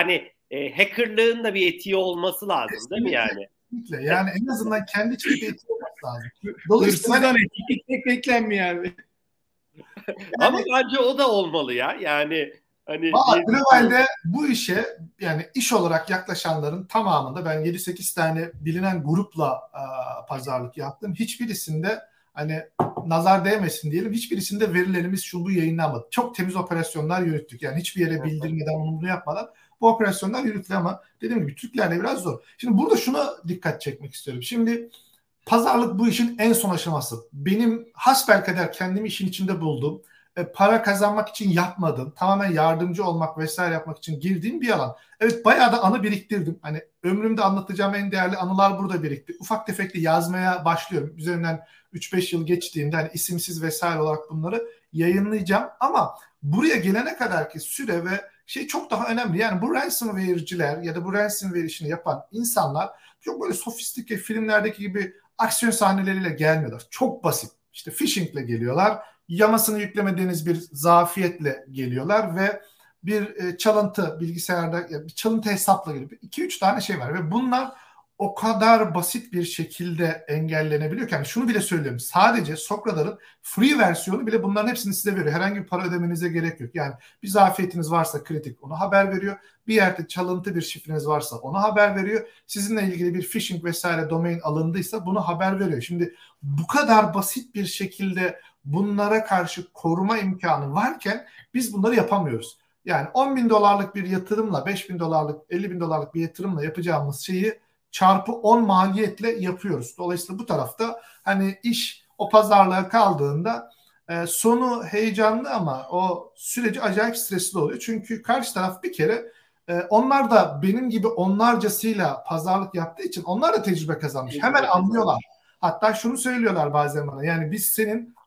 e, hackerlığın da bir etiği olması lazım Kesinlikle, değil mi yani? Kesinlikle. Yani en azından kendi içinde bir etiği olması lazım. Dolayısıyla hırsızdan etik pek beklenmiyor abi. Ama bence o da olmalı ya. Yani hani valla diye globalde bu işe yani iş olarak yaklaşanların tamamında ben yedi sekiz tane bilinen grupla e, pazarlık yaptım. Hiçbirisinde hani nazar değmesin diyelim, hiçbirisinde verilerimiz şu bu yayınlanmadı. Çok temiz operasyonlar yürüttük. Yani hiçbir yere bildirmeden onu bunu yapmadan bu operasyonlar yürütüldü ama dediğim gibi Türklerle biraz zor. Şimdi burada şuna dikkat çekmek istiyorum. Şimdi pazarlık bu işin en son aşaması. Benim hasbelkader kendimi işin içinde bulduğum, e, para kazanmak için yapmadım. Tamamen yardımcı olmak vesaire yapmak için girdiğim bir alan. Evet, bayağı da anı biriktirdim. Hani ömrümde anlatacağım en değerli anılar burada birikti. Ufak tefek de yazmaya başlıyorum. Üzerinden üç beş yıl geçtiğinde hani isimsiz vesaire olarak bunları yayınlayacağım. Ama buraya gelene kadarki süre ve şey çok daha önemli. Yani bu ransomware'ciler ya da bu ransomware işini yapan insanlar çok böyle sofistike filmlerdeki gibi aksiyon sahneleriyle gelmiyorlar. Çok basit. İşte phishingle geliyorlar. Yamasını yüklemediğiniz bir zafiyetle geliyorlar ve bir e, çalıntı bilgisayarda bir çalıntı hesapla geliyor. iki üç tane şey var ve bunlar o kadar basit bir şekilde engellenebiliyor ki. Yani şunu bile söylüyorum. Sadece Sokradar'ın free versiyonu bile bunların hepsini size veriyor. Herhangi bir para ödemenize gerek yok. Yani bir zafiyetiniz varsa kritik onu haber veriyor. Bir yerde çalıntı bir şifreniz varsa onu haber veriyor. Sizinle ilgili bir phishing vesaire domain alındıysa bunu haber veriyor. Şimdi bu kadar basit bir şekilde bunlara karşı koruma imkanı varken biz bunları yapamıyoruz. Yani on bin dolarlık bir yatırımla beş bin dolarlık elli bin dolarlık bir yatırımla yapacağımız şeyi çarpı on maliyetle yapıyoruz. Dolayısıyla bu tarafta hani iş o pazarlığa kaldığında e, sonu heyecanlı ama o süreci acayip stresli oluyor. Çünkü karşı taraf bir kere e, onlar da benim gibi onlarcasıyla pazarlık yaptığı için onlar da tecrübe kazanmış. Tecrübe Hemen kazanmış. anlıyorlar. Hatta şunu söylüyorlar bazen bana. Yani biz senin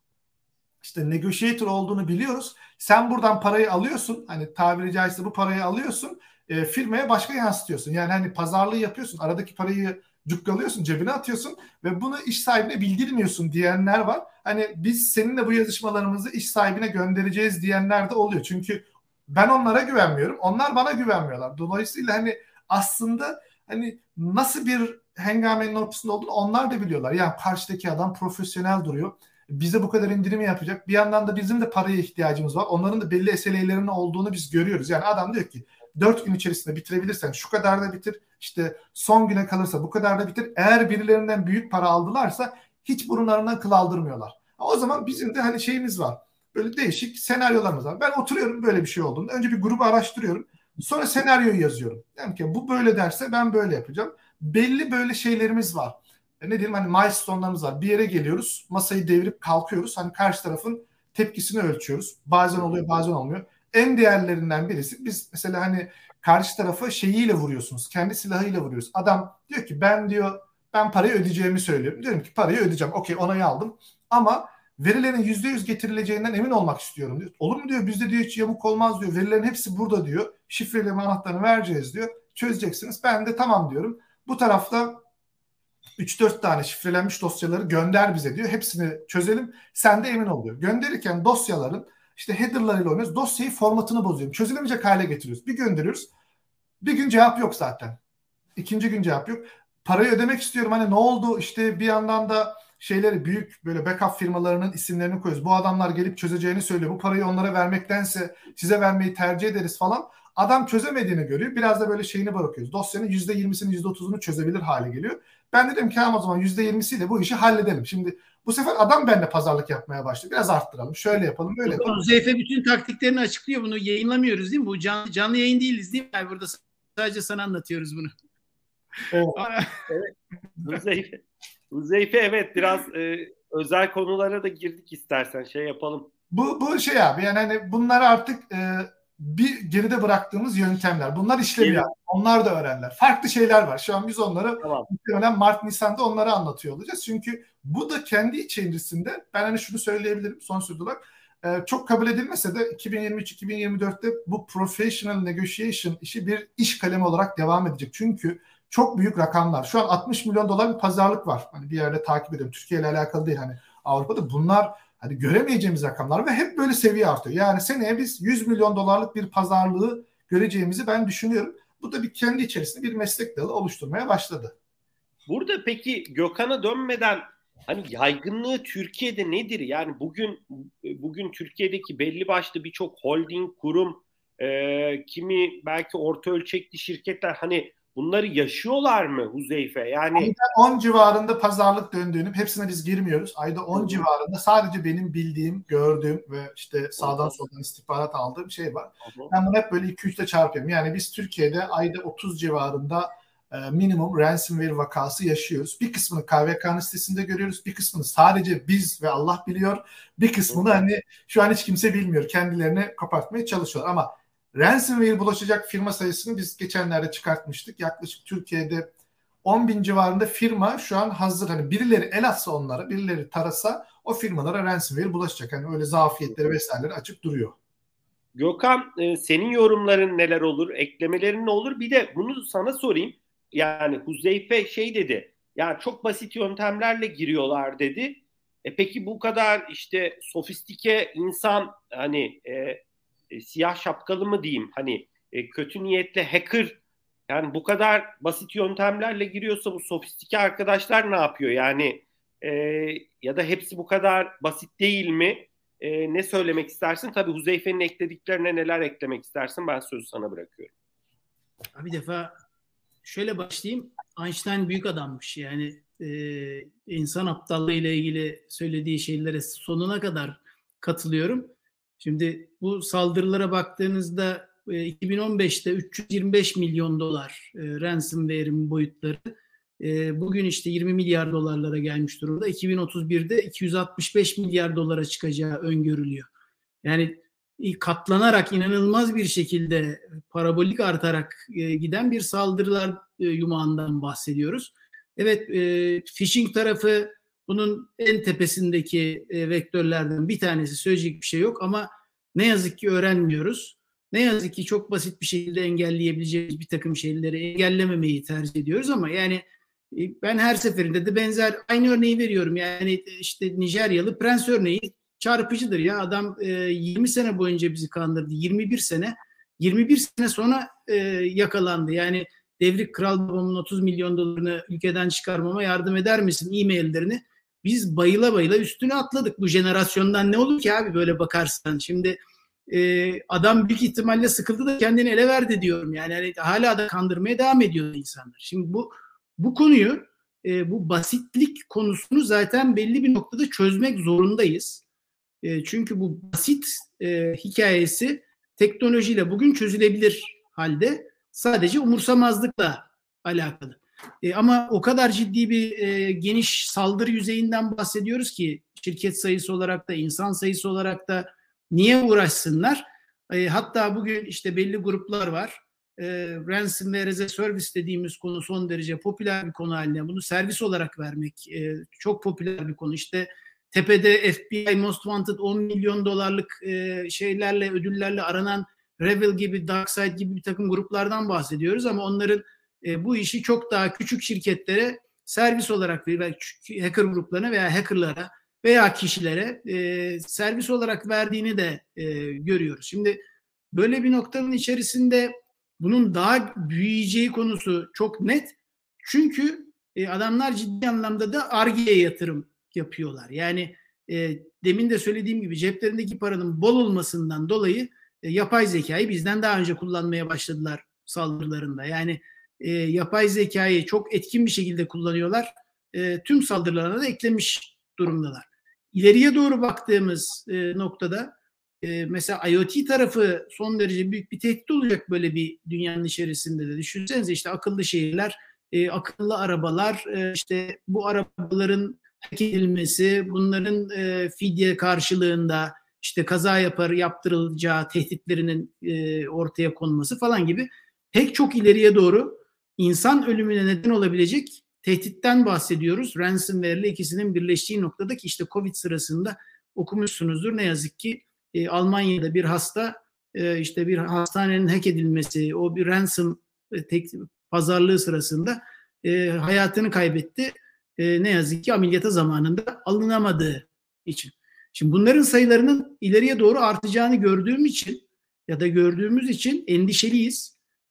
işte negotiator olduğunu biliyoruz. Sen buradan parayı alıyorsun. Hani tabiri caizse bu parayı alıyorsun. E, firmaya başka yansıtıyorsun. Yani hani pazarlığı yapıyorsun. Aradaki parayı cukkalıyorsun, cebine atıyorsun ve bunu iş sahibine bildirmiyorsun diyenler var. Hani biz seninle bu yazışmalarımızı iş sahibine göndereceğiz diyenler de oluyor. Çünkü ben onlara güvenmiyorum. Onlar bana güvenmiyorlar. Dolayısıyla hani aslında hani nasıl bir hengamenin ortasında olduğunu onlar da biliyorlar. Yani karşıdaki adam profesyonel duruyor. Bize bu kadar indirimi yapacak. Bir yandan da bizim de paraya ihtiyacımız var. Onların da belli S L A'lerinin olduğunu biz görüyoruz. Yani adam diyor ki dört gün içerisinde bitirebilirsen şu kadar da bitir. İşte son güne kalırsa bu kadar da bitir. Eğer birilerinden büyük para aldılarsa hiç burunlarından kıl aldırmıyorlar. O zaman bizim de hani şeyimiz var. Böyle değişik senaryolarımız var. Ben oturuyorum böyle bir şey olduğunda. Önce bir grubu araştırıyorum. Sonra senaryoyu yazıyorum. Diyorum ki bu böyle derse ben böyle yapacağım. Belli böyle şeylerimiz var. Ne diyeyim hani milestone'larımız var. Bir yere geliyoruz. Masayı devirip kalkıyoruz. Hani karşı tarafın tepkisini ölçüyoruz. Bazen oluyor bazen olmuyor. En değerlerinden birisi biz mesela hani karşı tarafa şeyiyle vuruyorsunuz. Kendi silahıyla vuruyoruz. Adam diyor ki ben diyor ben parayı ödeyeceğimi söylüyorum. Diyorum ki parayı ödeyeceğim. Okey onayı aldım. Ama verilerin yüzde yüz getirileceğinden emin olmak istiyorum diyor. Olur mu diyor bizde diyor hiç yamuk olmaz diyor. Verilerin hepsi burada diyor. Şifreli anahtarını vereceğiz diyor. Çözeceksiniz. Ben de tamam diyorum. Bu tarafta üç dört tane şifrelenmiş dosyaları gönder bize diyor. Hepsini çözelim. Sen de emin ol diyor. Gönderirken dosyaların işte header'larıyla oynuyoruz. Dosyayı formatını bozuyorum. Çözülemeyecek hale getiriyoruz. Bir gönderiyoruz. Bir gün cevap yok zaten. İkinci gün cevap yok. Parayı ödemek istiyorum. Hani ne oldu? İşte bir yandan da şeyleri büyük böyle backup firmalarının isimlerini koyuyoruz. Bu adamlar gelip çözeceğini söylüyor. Bu parayı onlara vermektense size vermeyi tercih ederiz falan. Adam çözemediğini görüyor. Biraz da böyle şeyini bırakıyoruz. Dosyanın yüzde yirmisini yüzde otuzunu çözebilir hale geliyor. Ben dedim ki tamam o zaman yüzde yirmisiyle bu işi halledelim. Şimdi bu sefer adam benimle pazarlık yapmaya başladı. Biraz arttıralım. Şöyle yapalım, böyle yapalım. Huzeyfe bütün taktiklerini açıklıyor. Bunu yayınlamıyoruz değil mi? Bu canlı, canlı yayın değiliz değil mi? Yani burada sadece sana anlatıyoruz bunu. Evet. Evet. Huzeyfe, Huzeyfe evet biraz e, özel konulara da girdik istersen şey yapalım. Bu, bu şey abi yani hani bunlar artık e, bir geride bıraktığımız yöntemler. Bunlar işlemiyor. Evet. Onlar da öğrenler. Farklı şeyler var. Şu an biz onları Tamam. muhtemelen Mart Nisan'da onları anlatıyor olacağız. Çünkü bu da kendi içerisinde ben hani şunu söyleyebilirim son söz olarak. E, çok kabul edilmese de iki bin yirmi üç iki bin yirmi dörtte bu professional negotiation işi bir iş kalemi olarak devam edecek. Çünkü çok büyük rakamlar. Şu an altmış milyon dolar bir pazarlık var. Hani bir yerde takip ediyorum. Türkiye ile alakalı değil hani Avrupa'da bunlar hani göremeyeceğimiz rakamlar ve hep böyle seviye artıyor. Yani seneye biz yüz milyon dolarlık bir pazarlığı göreceğimizi ben düşünüyorum. Bu da bir kendi içerisinde bir meslek dalı oluşturmaya başladı. Burada peki Gökhan'a dönmeden hani yaygınlığı Türkiye'de nedir? Yani bugün bugün Türkiye'deki belli başlı birçok holding, kurum, e, kimi belki orta ölçekli şirketler hani bunları yaşıyorlar mı Huzeyfe? Yani ayda on civarında pazarlık döndüğünü, hepsine biz girmiyoruz. Ayda on civarında sadece benim bildiğim, gördüğüm ve işte sağdan soldan istihbarat aldığım şey var. Ben bunu hep böyle iki üçte çarpıyorum. Yani biz Türkiye'de ayda otuz civarında e, minimum ransomware vakası yaşıyoruz. Bir kısmını K V K'nın sitesinde görüyoruz. Bir kısmını sadece biz ve Allah biliyor. Bir kısmını hani şu an hiç kimse bilmiyor. Kendilerini kapatmaya çalışıyorlar. Ama ransomware bulaşacak firma sayısını biz geçenlerde çıkartmıştık. Yaklaşık Türkiye'de on bin civarında firma şu an hazır. Hani birileri el atsa onlara, birileri tarasa o firmalara ransomware bulaşacak. Hani öyle zafiyetleri vesaireleri açık duruyor. Gökhan, e, senin yorumların neler olur? Eklemelerin ne olur? Bir de bunu sana sorayım. Yani Huzeyfe şey dedi. Yani çok basit yöntemlerle giriyorlar dedi. E peki bu kadar işte sofistike insan hani e, e, siyah şapkalı mı diyeyim? Hani e, kötü niyetli hacker yani bu kadar basit yöntemlerle giriyorsa bu sofistike arkadaşlar ne yapıyor? Yani e, ya da hepsi bu kadar basit değil mi? E, ne söylemek istersin? Tabii Huzeyfe'nin eklediklerine neler eklemek istersin? Ben sözü sana bırakıyorum. Bir defa şöyle başlayayım. Einstein büyük adammış. Yani e, insan aptallığı ile ilgili söylediği şeylere sonuna kadar katılıyorum. Şimdi bu saldırılara baktığınızda e, iki bin on beşte üç yüz yirmi beş milyon dolar e, ransomware'in boyutları. E, bugün işte yirmi milyar dolarlara gelmiş durumda. iki bin otuz birde iki yüz altmış beş milyar dolara çıkacağı öngörülüyor. Yani katlanarak inanılmaz bir şekilde parabolik artarak e, giden bir saldırılar e, yumağından bahsediyoruz. Evet, e, phishing tarafı bunun en tepesindeki e, vektörlerden bir tanesi, söyleyecek bir şey yok ama ne yazık ki öğrenmiyoruz. Ne yazık ki çok basit bir şekilde engelleyebileceğimiz bir takım şeyleri engellememeyi tercih ediyoruz ama yani e, ben her seferinde de benzer aynı örneği veriyorum. Yani işte Nijeryalı prens örneği çarpıcıdır ya. Adam e, yirmi sene boyunca bizi kandırdı. yirmi bir sene. yirmi bir sene sonra e, yakalandı. Yani Devrik Kral babamın otuz milyon dolarını ülkeden çıkarmama yardım eder misin e-maillerini? Biz bayıla bayıla üstüne atladık. Bu jenerasyondan ne olur ki abi böyle bakarsan. Şimdi e, adam büyük ihtimalle sıkıldı da kendini ele verdi diyorum. Yani hani hala da kandırmaya devam ediyor insanlar. Şimdi bu bu konuyu e, bu basitlik konusunu zaten belli bir noktada çözmek zorundayız. E, çünkü bu basit e, hikayesi teknolojiyle bugün çözülebilir halde, sadece umursamazlıkla alakalı. E, ama o kadar ciddi bir e, geniş saldırı yüzeyinden bahsediyoruz ki şirket sayısı olarak da insan sayısı olarak da niye uğraşsınlar? E, hatta bugün işte belli gruplar var. E, ransomware as a service dediğimiz konu son derece popüler bir konu haline. Bunu servis olarak vermek e, çok popüler bir konu. İşte tepede F B I Most Wanted on milyon dolarlık e, şeylerle, ödüllerle aranan Revil gibi, DarkSide gibi bir takım gruplardan bahsediyoruz ama onların e, bu işi çok daha küçük şirketlere servis olarak veya hacker gruplarına veya hackerlara veya kişilere e, servis olarak verdiğini de e, görüyoruz. Şimdi böyle bir noktanın içerisinde bunun daha büyüyeceği konusu çok net. Çünkü e, adamlar ciddi anlamda da Ar-Ge'ye yatırım yapıyorlar. Yani e, demin de söylediğim gibi ceplerindeki paranın bol olmasından dolayı e, yapay zekayı bizden daha önce kullanmaya başladılar saldırılarında. Yani e, yapay zekayı çok etkin bir şekilde kullanıyorlar. E, tüm saldırılarına da eklemiş durumdalar. İleriye doğru baktığımız e, noktada e, mesela IoT tarafı son derece büyük bir tehdit olacak böyle bir dünyanın içerisinde de. Düşünsenize işte akıllı şehirler, e, akıllı arabalar, e, işte bu arabaların hack edilmesi, bunların e, fidye karşılığında işte kaza yapar yaptırılacağı tehditlerinin e, ortaya konması falan gibi pek çok ileriye doğru insan ölümüne neden olabilecek tehditten bahsediyoruz. Ransomware ile ikisinin birleştiği noktada ki işte Covid sırasında okumuşsunuzdur ne yazık ki e, Almanya'da bir hasta e, işte bir hastanenin hack edilmesi, o bir ransom e, tek, pazarlığı sırasında e, hayatını kaybetti. E, ne yazık ki ameliyata zamanında alınamadığı için. Şimdi bunların sayılarının ileriye doğru artacağını gördüğüm için ya da gördüğümüz için endişeliyiz.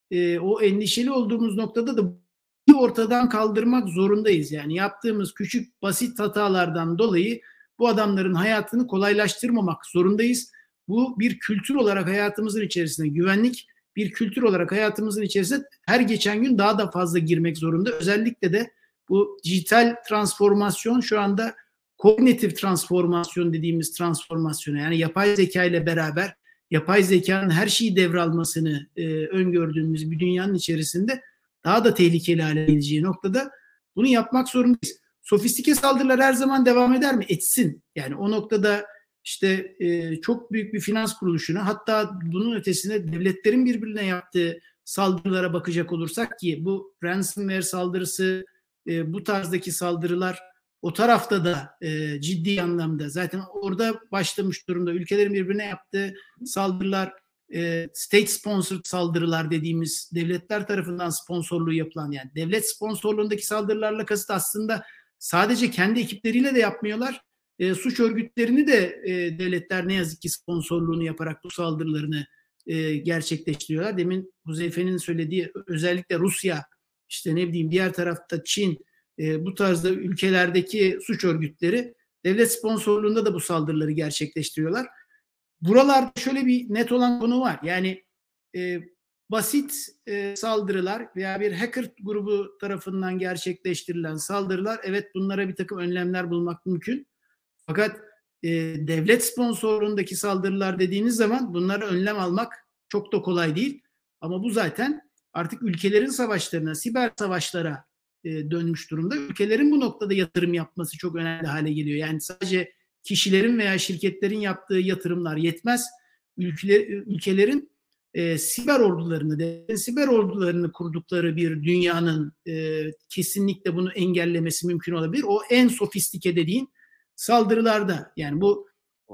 e, o endişeli olduğumuz noktada da ortadan kaldırmak zorundayız. Yani yaptığımız küçük basit hatalardan dolayı bu adamların hayatını kolaylaştırmamak zorundayız. Bu bir kültür olarak hayatımızın içerisinde, güvenlik bir kültür olarak hayatımızın içerisinde her geçen gün daha da fazla girmek zorunda. Özellikle de bu dijital transformasyon şu anda kognitif transformasyon dediğimiz transformasyona, yani yapay zeka ile beraber yapay zekanın her şeyi devralmasını e, öngördüğümüz bir dünyanın içerisinde daha da tehlikeli hale geleceği noktada bunu yapmak zorundayız. Sofistike saldırılar her zaman devam eder mi? Etsin. Yani o noktada işte e, çok büyük bir finans kuruluşuna, hatta bunun ötesinde devletlerin birbirine yaptığı saldırılara bakacak olursak, ki bu ransomware saldırısı, e, bu tarzdaki saldırılar o tarafta da e, ciddi anlamda zaten orada başlamış durumda. Ülkelerin birbirine yaptığı saldırılar, e, state sponsored saldırılar dediğimiz, devletler tarafından sponsorluğu yapılan, yani devlet sponsorluğundaki saldırılarla kasıt aslında sadece kendi ekipleriyle de yapmıyorlar. E, suç örgütlerini de e, devletler ne yazık ki sponsorluğunu yaparak bu saldırılarını e, gerçekleştiriyorlar. Demin Huzeyfe'nin söylediği, özellikle Rusya, işte ne bileyim diğer tarafta Çin, e, bu tarzda ülkelerdeki suç örgütleri devlet sponsorluğunda da bu saldırıları gerçekleştiriyorlar. Buralarda şöyle bir net olan konu var. Yani e, basit e, saldırılar veya bir hacker grubu tarafından gerçekleştirilen saldırılar, evet bunlara bir takım önlemler bulmak mümkün. Fakat e, devlet sponsorluğundaki saldırılar dediğiniz zaman bunlara önlem almak çok da kolay değil. Ama bu zaten artık ülkelerin savaşlarına, siber savaşlara e, dönmüş durumda. Ülkelerin bu noktada yatırım yapması çok önemli hale geliyor. Yani sadece kişilerin veya şirketlerin yaptığı yatırımlar yetmez. Ülkeler, ülkelerin e, siber ordularını, de, siber ordularını kurdukları bir dünyanın e, kesinlikle bunu engellemesi mümkün olabilir. O en sofistike dediğin saldırılarda, yani bu,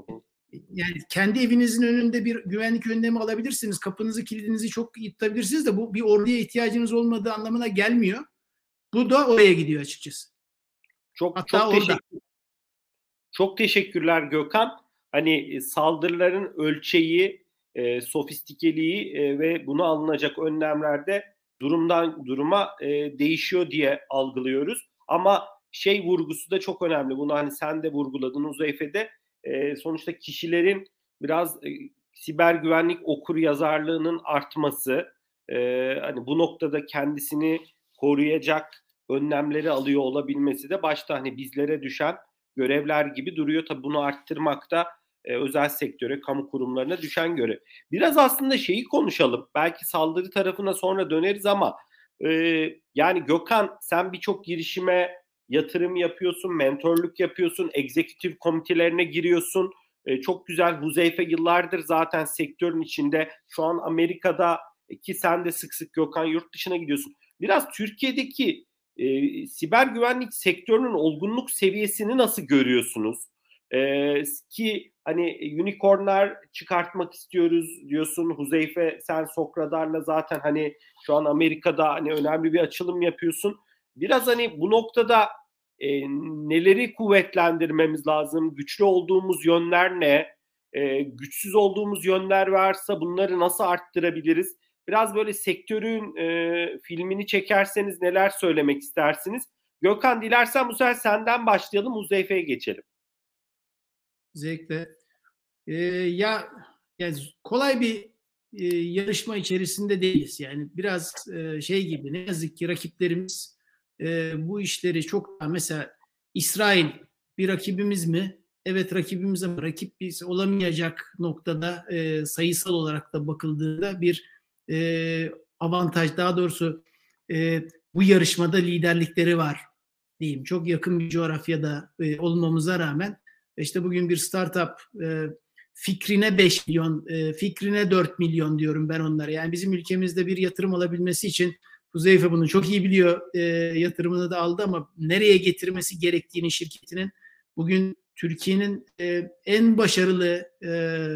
yani kendi evinizin önünde bir güvenlik önlemi alabilirsiniz. Kapınızı, kilidinizi çok iyi tutabilirsiniz de bu bir orduya ihtiyacınız olmadığı anlamına gelmiyor. Bu da oraya gidiyor açıkçası. Çok Hatta çok orada. teşekkür, çok teşekkürler Gökhan. Hani saldırıların ölçeği, e, sofistikeliği e, ve buna alınacak önlemlerde durumdan duruma e, değişiyor diye algılıyoruz. Ama şey vurgusu da çok önemli. Bunu hani sen de vurguladın Huzeyfe'de. E, sonuçta kişilerin biraz e, siber güvenlik okur yazarlığının artması, e, hani bu noktada kendisini koruyacak önlemleri alıyor olabilmesi de başta hani bizlere düşen görevler gibi duruyor. Tabii bunu arttırmakta e, özel sektöre, kamu kurumlarına düşen görev. Biraz aslında şeyi konuşalım. Belki saldırı tarafına sonra döneriz ama e, yani Gökhan, sen birçok girişime yatırım yapıyorsun, mentorluk yapıyorsun, egzekutif komitelerine giriyorsun. E, çok güzel. Huzeyfe yıllardır zaten sektörün içinde. Şu an Amerika'da, ki sen de sık sık Gökhan yurt dışına gidiyorsun. Biraz Türkiye'deki e, siber güvenlik sektörünün olgunluk seviyesini nasıl görüyorsunuz? E, ki hani unicornlar çıkartmak istiyoruz diyorsun Huzeyfe, sen Sokradar'la zaten hani şu an Amerika'da hani önemli bir açılım yapıyorsun. Biraz hani bu noktada e, neleri kuvvetlendirmemiz lazım? Güçlü olduğumuz yönler ne? E, güçsüz olduğumuz yönler varsa bunları nasıl arttırabiliriz? Biraz böyle sektörün e, filmini çekerseniz neler söylemek istersiniz? Gökhan, dilersen bu sefer senden başlayalım, Huzeyfe'ye geçelim. Zevkle. Ee, ya, ya kolay bir e, yarışma içerisinde değiliz. Yani biraz e, şey gibi, ne yazık ki rakiplerimiz e, bu işleri çok, mesela İsrail bir rakibimiz mi? Evet rakibimiz, ama rakip biz olamayacak noktada e, sayısal olarak da bakıldığında bir e, avantaj, daha doğrusu e, bu yarışmada liderlikleri var diyeyim. Çok yakın bir coğrafyada e, olmamıza rağmen işte bugün bir startup e, fikrine beş milyon, e, fikrine dört milyon diyorum ben onlara. Yani bizim ülkemizde bir yatırım alabilmesi için, Huzeyfe bunu çok iyi biliyor, e, yatırımını da aldı, ama nereye getirmesi gerektiğini şirketinin, bugün Türkiye'nin e, en başarılı e,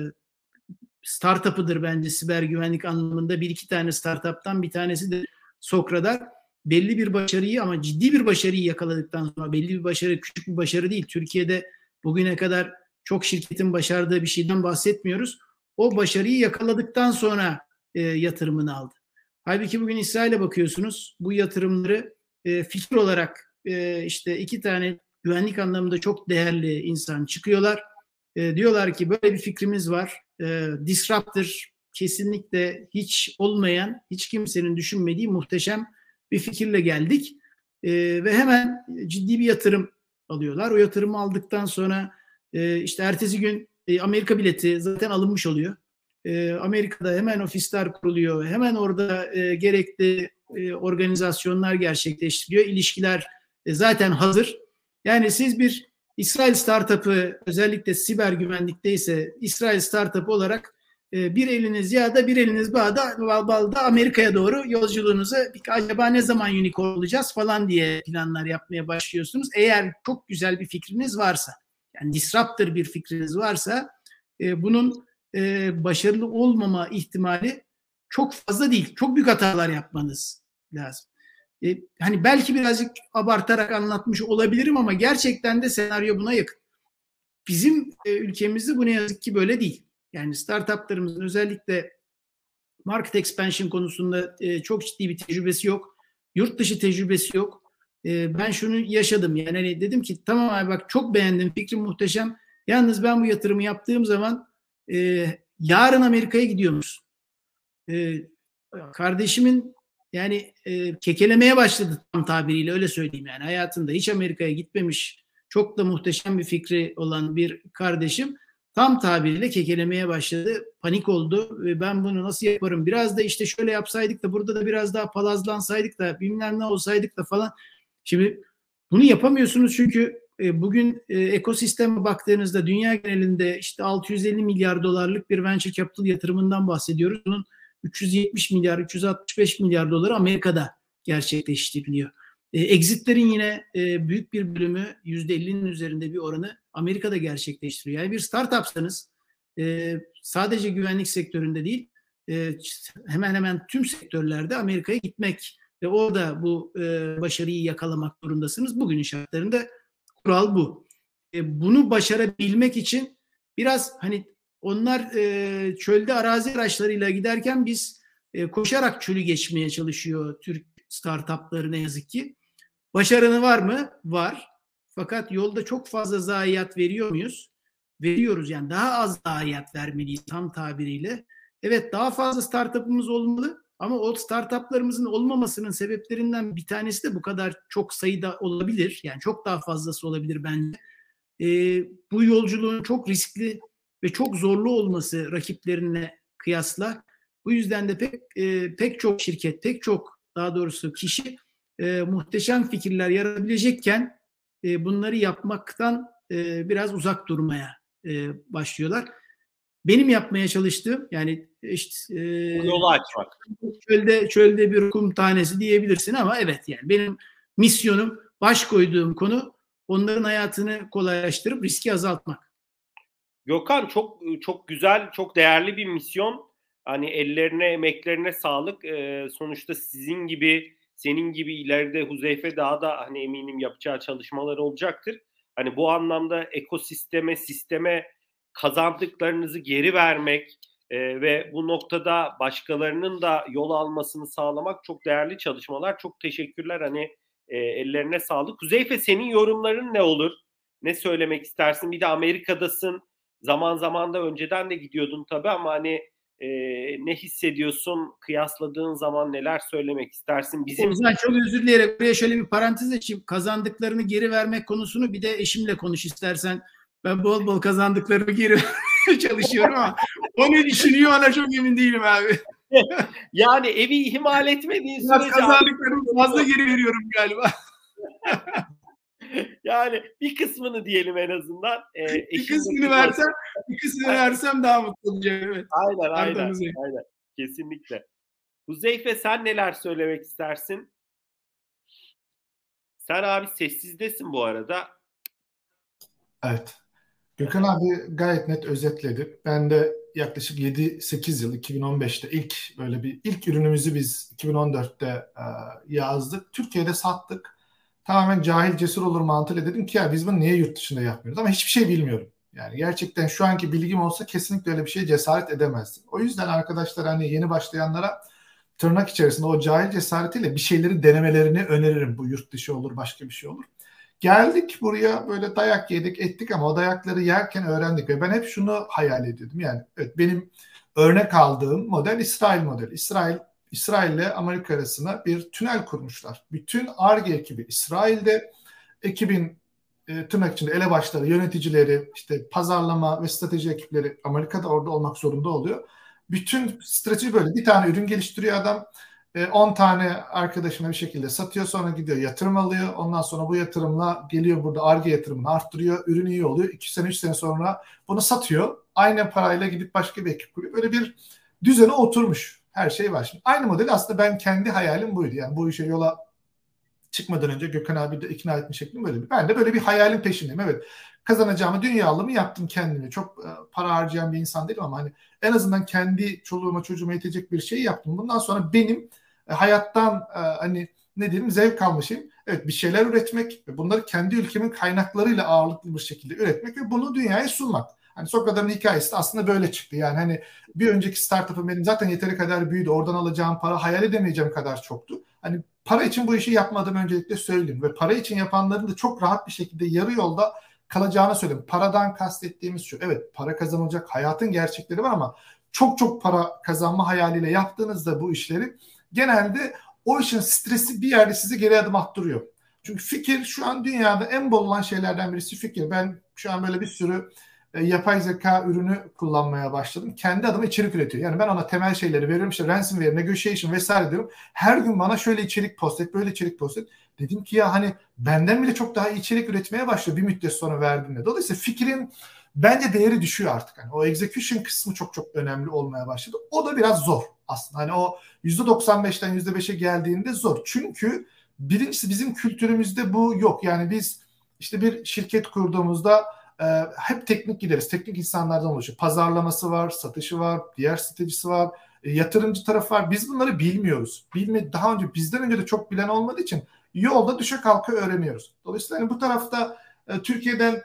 startup'ıdır bence siber güvenlik anlamında. Bir iki tane startup'tan bir tanesi de Sokradar. Belli bir başarıyı, ama ciddi bir başarıyı yakaladıktan sonra, belli bir başarı, küçük bir başarı değil. Türkiye'de bugüne kadar çok şirketin başardığı bir şeyden bahsetmiyoruz. O başarıyı yakaladıktan sonra e, yatırımını aldı. Halbuki bugün İsrail'e bakıyorsunuz. Bu yatırımları e, fikir olarak e, işte iki tane güvenlik anlamında çok değerli insan çıkıyorlar. E, diyorlar ki böyle bir fikrimiz var. E, disruptor, kesinlikle hiç olmayan, hiç kimsenin düşünmediği muhteşem bir fikirle geldik. E, ve hemen ciddi bir yatırım alıyorlar. O yatırımı aldıktan sonra e, işte ertesi gün e, Amerika bileti zaten alınmış oluyor. E, Amerika'da hemen ofisler kuruluyor. Hemen orada e, gerekli e, organizasyonlar gerçekleştiriliyor. İlişkiler e, zaten hazır. Yani siz bir İsrail startup'ı, özellikle siber güvenlikte ise İsrail startup'ı olarak e, bir eliniz yağda bir eliniz bağda, balda Amerika'ya doğru yolculuğunuzu acaba ne zaman unicorn olacağız falan diye planlar yapmaya başlıyorsunuz. Eğer çok güzel bir fikriniz varsa, yani disruptor bir fikriniz varsa e, bunun e, başarılı olmama ihtimali çok fazla değil. Çok büyük hatalar yapmanız lazım. E, hani belki birazcık abartarak anlatmış olabilirim ama gerçekten de senaryo buna yakın. Bizim e, ülkemizde bu ne yazık ki böyle değil. Yani startuplarımızın özellikle market expansion konusunda e, çok ciddi bir tecrübesi yok. Yurt dışı tecrübesi yok. E, ben şunu yaşadım. Yani hani dedim ki tamam abi bak çok beğendim. Fikrim muhteşem. Yalnız ben bu yatırımı yaptığım zaman e, yarın Amerika'ya gidiyormuş. E, kardeşimin yani e, kekelemeye başladı tam tabiriyle, öyle söyleyeyim yani. Hayatında hiç Amerika'ya gitmemiş, çok da muhteşem bir fikri olan bir kardeşim tam tabiriyle kekelemeye başladı. Panik oldu. E, ben bunu nasıl yaparım? Biraz da işte şöyle yapsaydık da burada da biraz daha palazlansaydık da bilmem ne olsaydık da falan. Şimdi bunu yapamıyorsunuz çünkü e, bugün e, ekosisteme baktığınızda dünya genelinde işte altı yüz elli milyar dolarlık bir venture capital yatırımından bahsediyoruz. Bunun üç yüz yetmiş milyar, üç yüz altmış beş milyar doları Amerika'da gerçekleştiriliyor. E, exitlerin yine e, büyük bir bölümü, yüzde ellinin üzerinde bir oranı Amerika'da gerçekleştiriyor. Yani bir startupsanız e, sadece güvenlik sektöründe değil, e, hemen hemen tüm sektörlerde Amerika'ya gitmek ve orada bu e, başarıyı yakalamak zorundasınız. Bugünün şartlarında kural bu. E, bunu başarabilmek için biraz hani onlar e, çölde arazi araçlarıyla giderken biz e, koşarak çölü geçmeye çalışıyor Türk startupları ne yazık ki. Başarını var mı? Var. Fakat yolda çok fazla zayiat veriyor muyuz? Veriyoruz. Yani daha az zayiat vermeliyiz tam tabiriyle. Evet, daha fazla startup'ımız olmalı ama o startup'larımızın olmamasının sebeplerinden bir tanesi de bu kadar çok sayıda olabilir. Yani çok daha fazlası olabilir bence. Ee, bu yolculuğun çok riskli ve çok zorlu olması rakiplerine kıyasla. Bu yüzden de pek e, pek çok şirket, pek çok daha doğrusu kişi e, muhteşem fikirler yaratabilecekken e, bunları yapmaktan e, biraz uzak durmaya e, başlıyorlar. Benim yapmaya çalıştığım yani işte e, yolu açmak. Çölde, çölde bir kum tanesi diyebilirsin ama evet yani benim misyonum, baş koyduğum konu onların hayatını kolaylaştırıp riski azaltmak. Gökhan çok çok güzel, çok değerli bir misyon. Hani ellerine, emeklerine sağlık. Ee, sonuçta sizin gibi, senin gibi ileride Huzeyfe daha da hani eminim yapacağı çalışmalar olacaktır. Hani bu anlamda ekosisteme, sisteme kazandıklarınızı geri vermek e, ve bu noktada başkalarının da yol almasını sağlamak çok değerli çalışmalar. Çok teşekkürler. Hani e, ellerine sağlık. Huzeyfe, senin yorumların ne olur? Ne söylemek istersin? Bir de Amerika'dasın. Zaman zaman da önceden de gidiyordun tabii ama hani e, ne hissediyorsun? Kıyasladığın zaman neler söylemek istersin? Bizim O yüzden çok özür dileyerek buraya şöyle bir parantez açayım. Kazandıklarını geri vermek konusunu bir de eşimle konuş istersen. Ben bol bol kazandıklarımı geri çalışıyorum ama o ne düşünüyor ona çok emin değilim abi. Yani evi ihmal etmediğin Biraz sürece kazandıklarımı fazla geri veriyorum galiba. yani bir kısmını diyelim en azından. E, bir kısmını versem, bir kısmını versem daha mutlu olacağım. Evet. Aynen, aynen, aynen. Kesinlikle. Huzeyfe, sen neler söylemek istersin? Sen abi sessizdesin bu arada. Evet. Gökhan abi gayet net özetledi. Ben de yaklaşık yedi sekiz yıl iki bin on beşte ilk böyle bir ilk ürünümüzü biz iki bin on dörtte e, yazdık. Türkiye'de sattık. Tamamen cahil cesur olur mantığıyla dedim ki ya biz bunu niye yurt dışında yapmıyoruz? Ama hiçbir şey bilmiyorum. Yani gerçekten şu anki bilgim olsa kesinlikle öyle bir şeye cesaret edemezdim. O yüzden arkadaşlar hani yeni başlayanlara tırnak içerisinde o cahil cesaretiyle bir şeyleri denemelerini öneririm. Bu yurt dışı olur, başka bir şey olur. Geldik buraya, böyle dayak yedik ettik ama o dayakları yerken öğrendik ve ben hep şunu hayal ediyordum. Yani evet, benim örnek aldığım model İsrail modeli. İsrail İsrail ile Amerika arasına bir tünel kurmuşlar. Bütün Ar-Ge ekibi İsrail'de, ekibin e, tırnak içinde elebaşları, yöneticileri, işte pazarlama ve strateji ekipleri Amerika'da orada olmak zorunda oluyor. Bütün strateji böyle. Bir tane ürün geliştiriyor adam. on tane arkadaşına bir şekilde satıyor, sonra gidiyor yatırım alıyor. Ondan sonra bu yatırımla geliyor burada Ar-Ge yatırımını arttırıyor. Ürün iyi oluyor. iki sene üç sene sonra bunu satıyor. Aynı parayla gidip başka bir ekip kuruyor. Böyle bir düzene oturmuş. Her şey var. Şimdi aynı modeli aslında ben kendi hayalim buydu. Yani bu işe yola çıkmadan önce Gökhan abi de ikna etme şeklim böyle. Ben de böyle bir hayalin peşindeyim. Evet, kazanacağımı dünya alımı yaptım kendime. Çok para harcayan bir insan değilim ama hani en azından kendi çoluğuma çocuğuma yetecek bir şey yaptım. Bundan sonra benim hayattan hani ne diyelim zevk almışım. Evet, bir şeyler üretmek ve bunları kendi ülkemin kaynaklarıyla ağırlıklı bir şekilde üretmek ve bunu dünyaya sunmak. Hani Sokrat'ın hikayesi de aslında böyle çıktı. Yani hani bir önceki startup'ım benim zaten yeteri kadar büyüdü. Oradan alacağım para hayal edemeyeceğim kadar çoktu. Hani para için bu işi yapmadım, öncelikle söyleyeyim. Ve para için yapanların da çok rahat bir şekilde yarı yolda kalacağını söyleyeyim. Paradan kastettiğimiz şu. Evet, para kazanılacak, hayatın gerçekleri var ama çok çok para kazanma hayaliyle yaptığınızda bu işleri genelde o işin stresi bir yerde sizi geri adım attırıyor. Çünkü fikir şu an dünyada en bol olan şeylerden birisi fikir. Ben şu an böyle bir sürü e, yapay zeka ürünü kullanmaya başladım. Kendi adıma içerik üretiyor. Yani ben ona temel şeyleri veriyorum. İşte ransomware, negotiation vesaire diyorum. Her gün bana şöyle içerik post et, böyle içerik post et. Dedim ki ya hani benden bile çok daha iyi içerik üretmeye başlıyor bir müddet sonra verdiğimde. Dolayısıyla fikrin bence değeri düşüyor artık. Yani o execution kısmı çok çok önemli olmaya başladı. O da biraz zor aslında. Hani o yüzde doksan beşten yüzde beşe geldiğinde zor. Çünkü birincisi bizim kültürümüzde bu yok. Yani biz işte bir şirket kurduğumuzda e, hep teknik gideriz. Teknik insanlardan oluşuyor. Pazarlaması var, satışı var, diğer stratejisi var, e, yatırımcı tarafı var. Biz bunları bilmiyoruz. Bilme, daha önce bizden önce de çok bilen olmadığı için yolda düşe kalka öğreniyoruz. Dolayısıyla hani bu tarafta e, Türkiye'den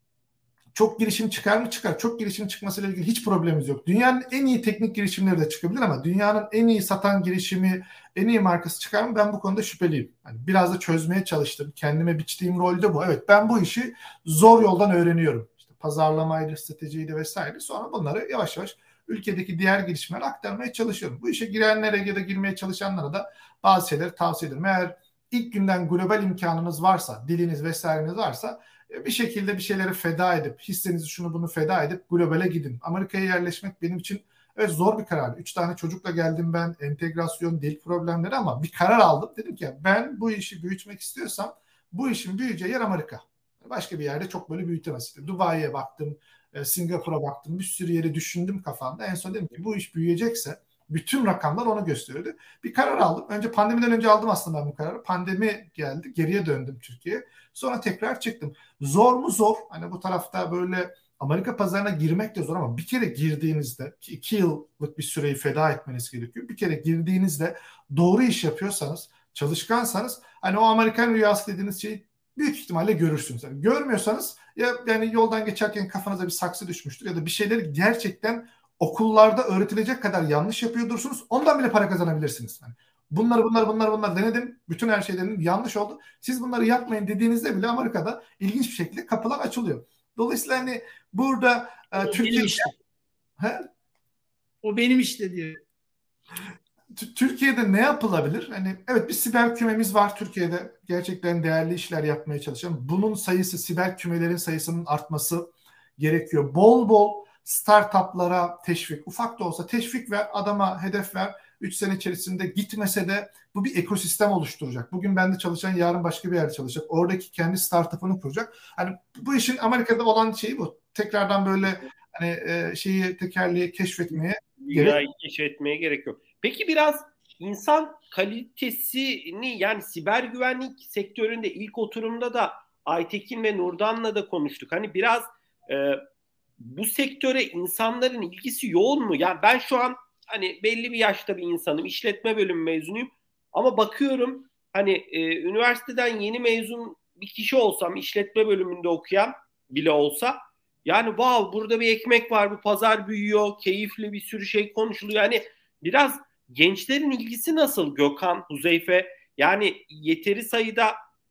çok girişim çıkar mı? Çıkar. Çok girişim çıkmasıyla ilgili hiç problemimiz yok. Dünyanın en iyi teknik girişimleri de çıkabilir ama dünyanın en iyi satan girişimi, en iyi markası çıkar mı? Ben bu konuda şüpheliyim. Yani biraz da çözmeye çalıştım. Kendime biçtiğim rolde bu. Evet, ben bu işi zor yoldan öğreniyorum. İşte pazarlamaydı, stratejiydi vesaire. Sonra bunları yavaş yavaş ülkedeki diğer girişimlere aktarmaya çalışıyorum. Bu işe girenlere ya da girmeye çalışanlara da bazı şeyleri tavsiye ederim. Eğer ilk günden global imkanınız varsa, diliniz vesaireniz varsa bir şekilde bir şeyleri feda edip, hissenizi şunu bunu feda edip globale gidin. Amerika'ya yerleşmek benim için evet zor bir karar. Üç tane çocukla geldim ben, entegrasyon, dil problemleri ama bir karar aldım. Dedim ki ben bu işi büyütmek istiyorsam bu işin büyüyeceği yer Amerika. Başka bir yerde çok böyle büyütemezdim. Dubai'ye baktım, Singapur'a baktım, bir sürü yeri düşündüm kafamda. En son dedim ki bu iş büyüyecekse bütün rakamlar onu gösteriyordu. Bir karar aldım. Önce pandemiden önce aldım aslında ben bu kararı. Pandemi geldi. Geriye döndüm Türkiye'ye. Sonra tekrar çıktım. Zor mu? Zor. Hani bu tarafta böyle Amerika pazarına girmek de zor ama bir kere girdiğinizde ki iki yıllık bir süreyi feda etmeniz gerekiyor. Bir kere girdiğinizde doğru iş yapıyorsanız, çalışkansanız hani o Amerikan rüyası dediğiniz şeyi büyük ihtimalle görürsünüz. Yani görmüyorsanız ya yani yoldan geçerken kafanıza bir saksı düşmüştür ya da bir şeyleri gerçekten okullarda öğretilecek kadar yanlış yapıyordursunuz. Ondan bile para kazanabilirsiniz. Yani bunları bunları bunları bunları denedim. Bütün her şey denedim. Yanlış oldu. Siz bunları yapmayın dediğinizde bile Amerika'da ilginç bir şekilde kapılar açılıyor. Dolayısıyla hani burada e, Türkiye işte. He? O benim işte diyor. Türkiye'de ne yapılabilir? Hani evet bir siber kümemiz var Türkiye'de. Gerçekten değerli işler yapmaya çalışan. Bunun sayısı, siber kümelerin sayısının artması gerekiyor. Bol bol startuplara teşvik, ufak da olsa teşvik ver, adama hedef ver. üç sene içerisinde gitmese de bu bir ekosistem oluşturacak. Bugün bende çalışan yarın başka bir yerde çalışacak. Oradaki kendi startup'ını kuracak. Hani bu işin Amerika'da olan şeyi bu. Tekrardan böyle hani e, şeyi tekerleği keşfetmeye Dünyayı keşfetmeye gerek yok. Peki biraz insan kalitesini yani siber güvenlik sektöründe ilk oturumda da Aytekin ve Nurdan'la da konuştuk. Hani biraz e, bu sektöre insanların ilgisi yoğun mu? Yani ben şu an hani belli bir yaşta bir insanım. İşletme bölümü mezunuyum. Ama bakıyorum hani e, üniversiteden yeni mezun bir kişi olsam işletme bölümünde okuyan bile olsa yani wow burada bir ekmek var, bu pazar büyüyor, keyifli bir sürü şey konuşuluyor. Yani biraz gençlerin ilgisi nasıl Gökhan, Huzeyfe? Yani yeteri sayıda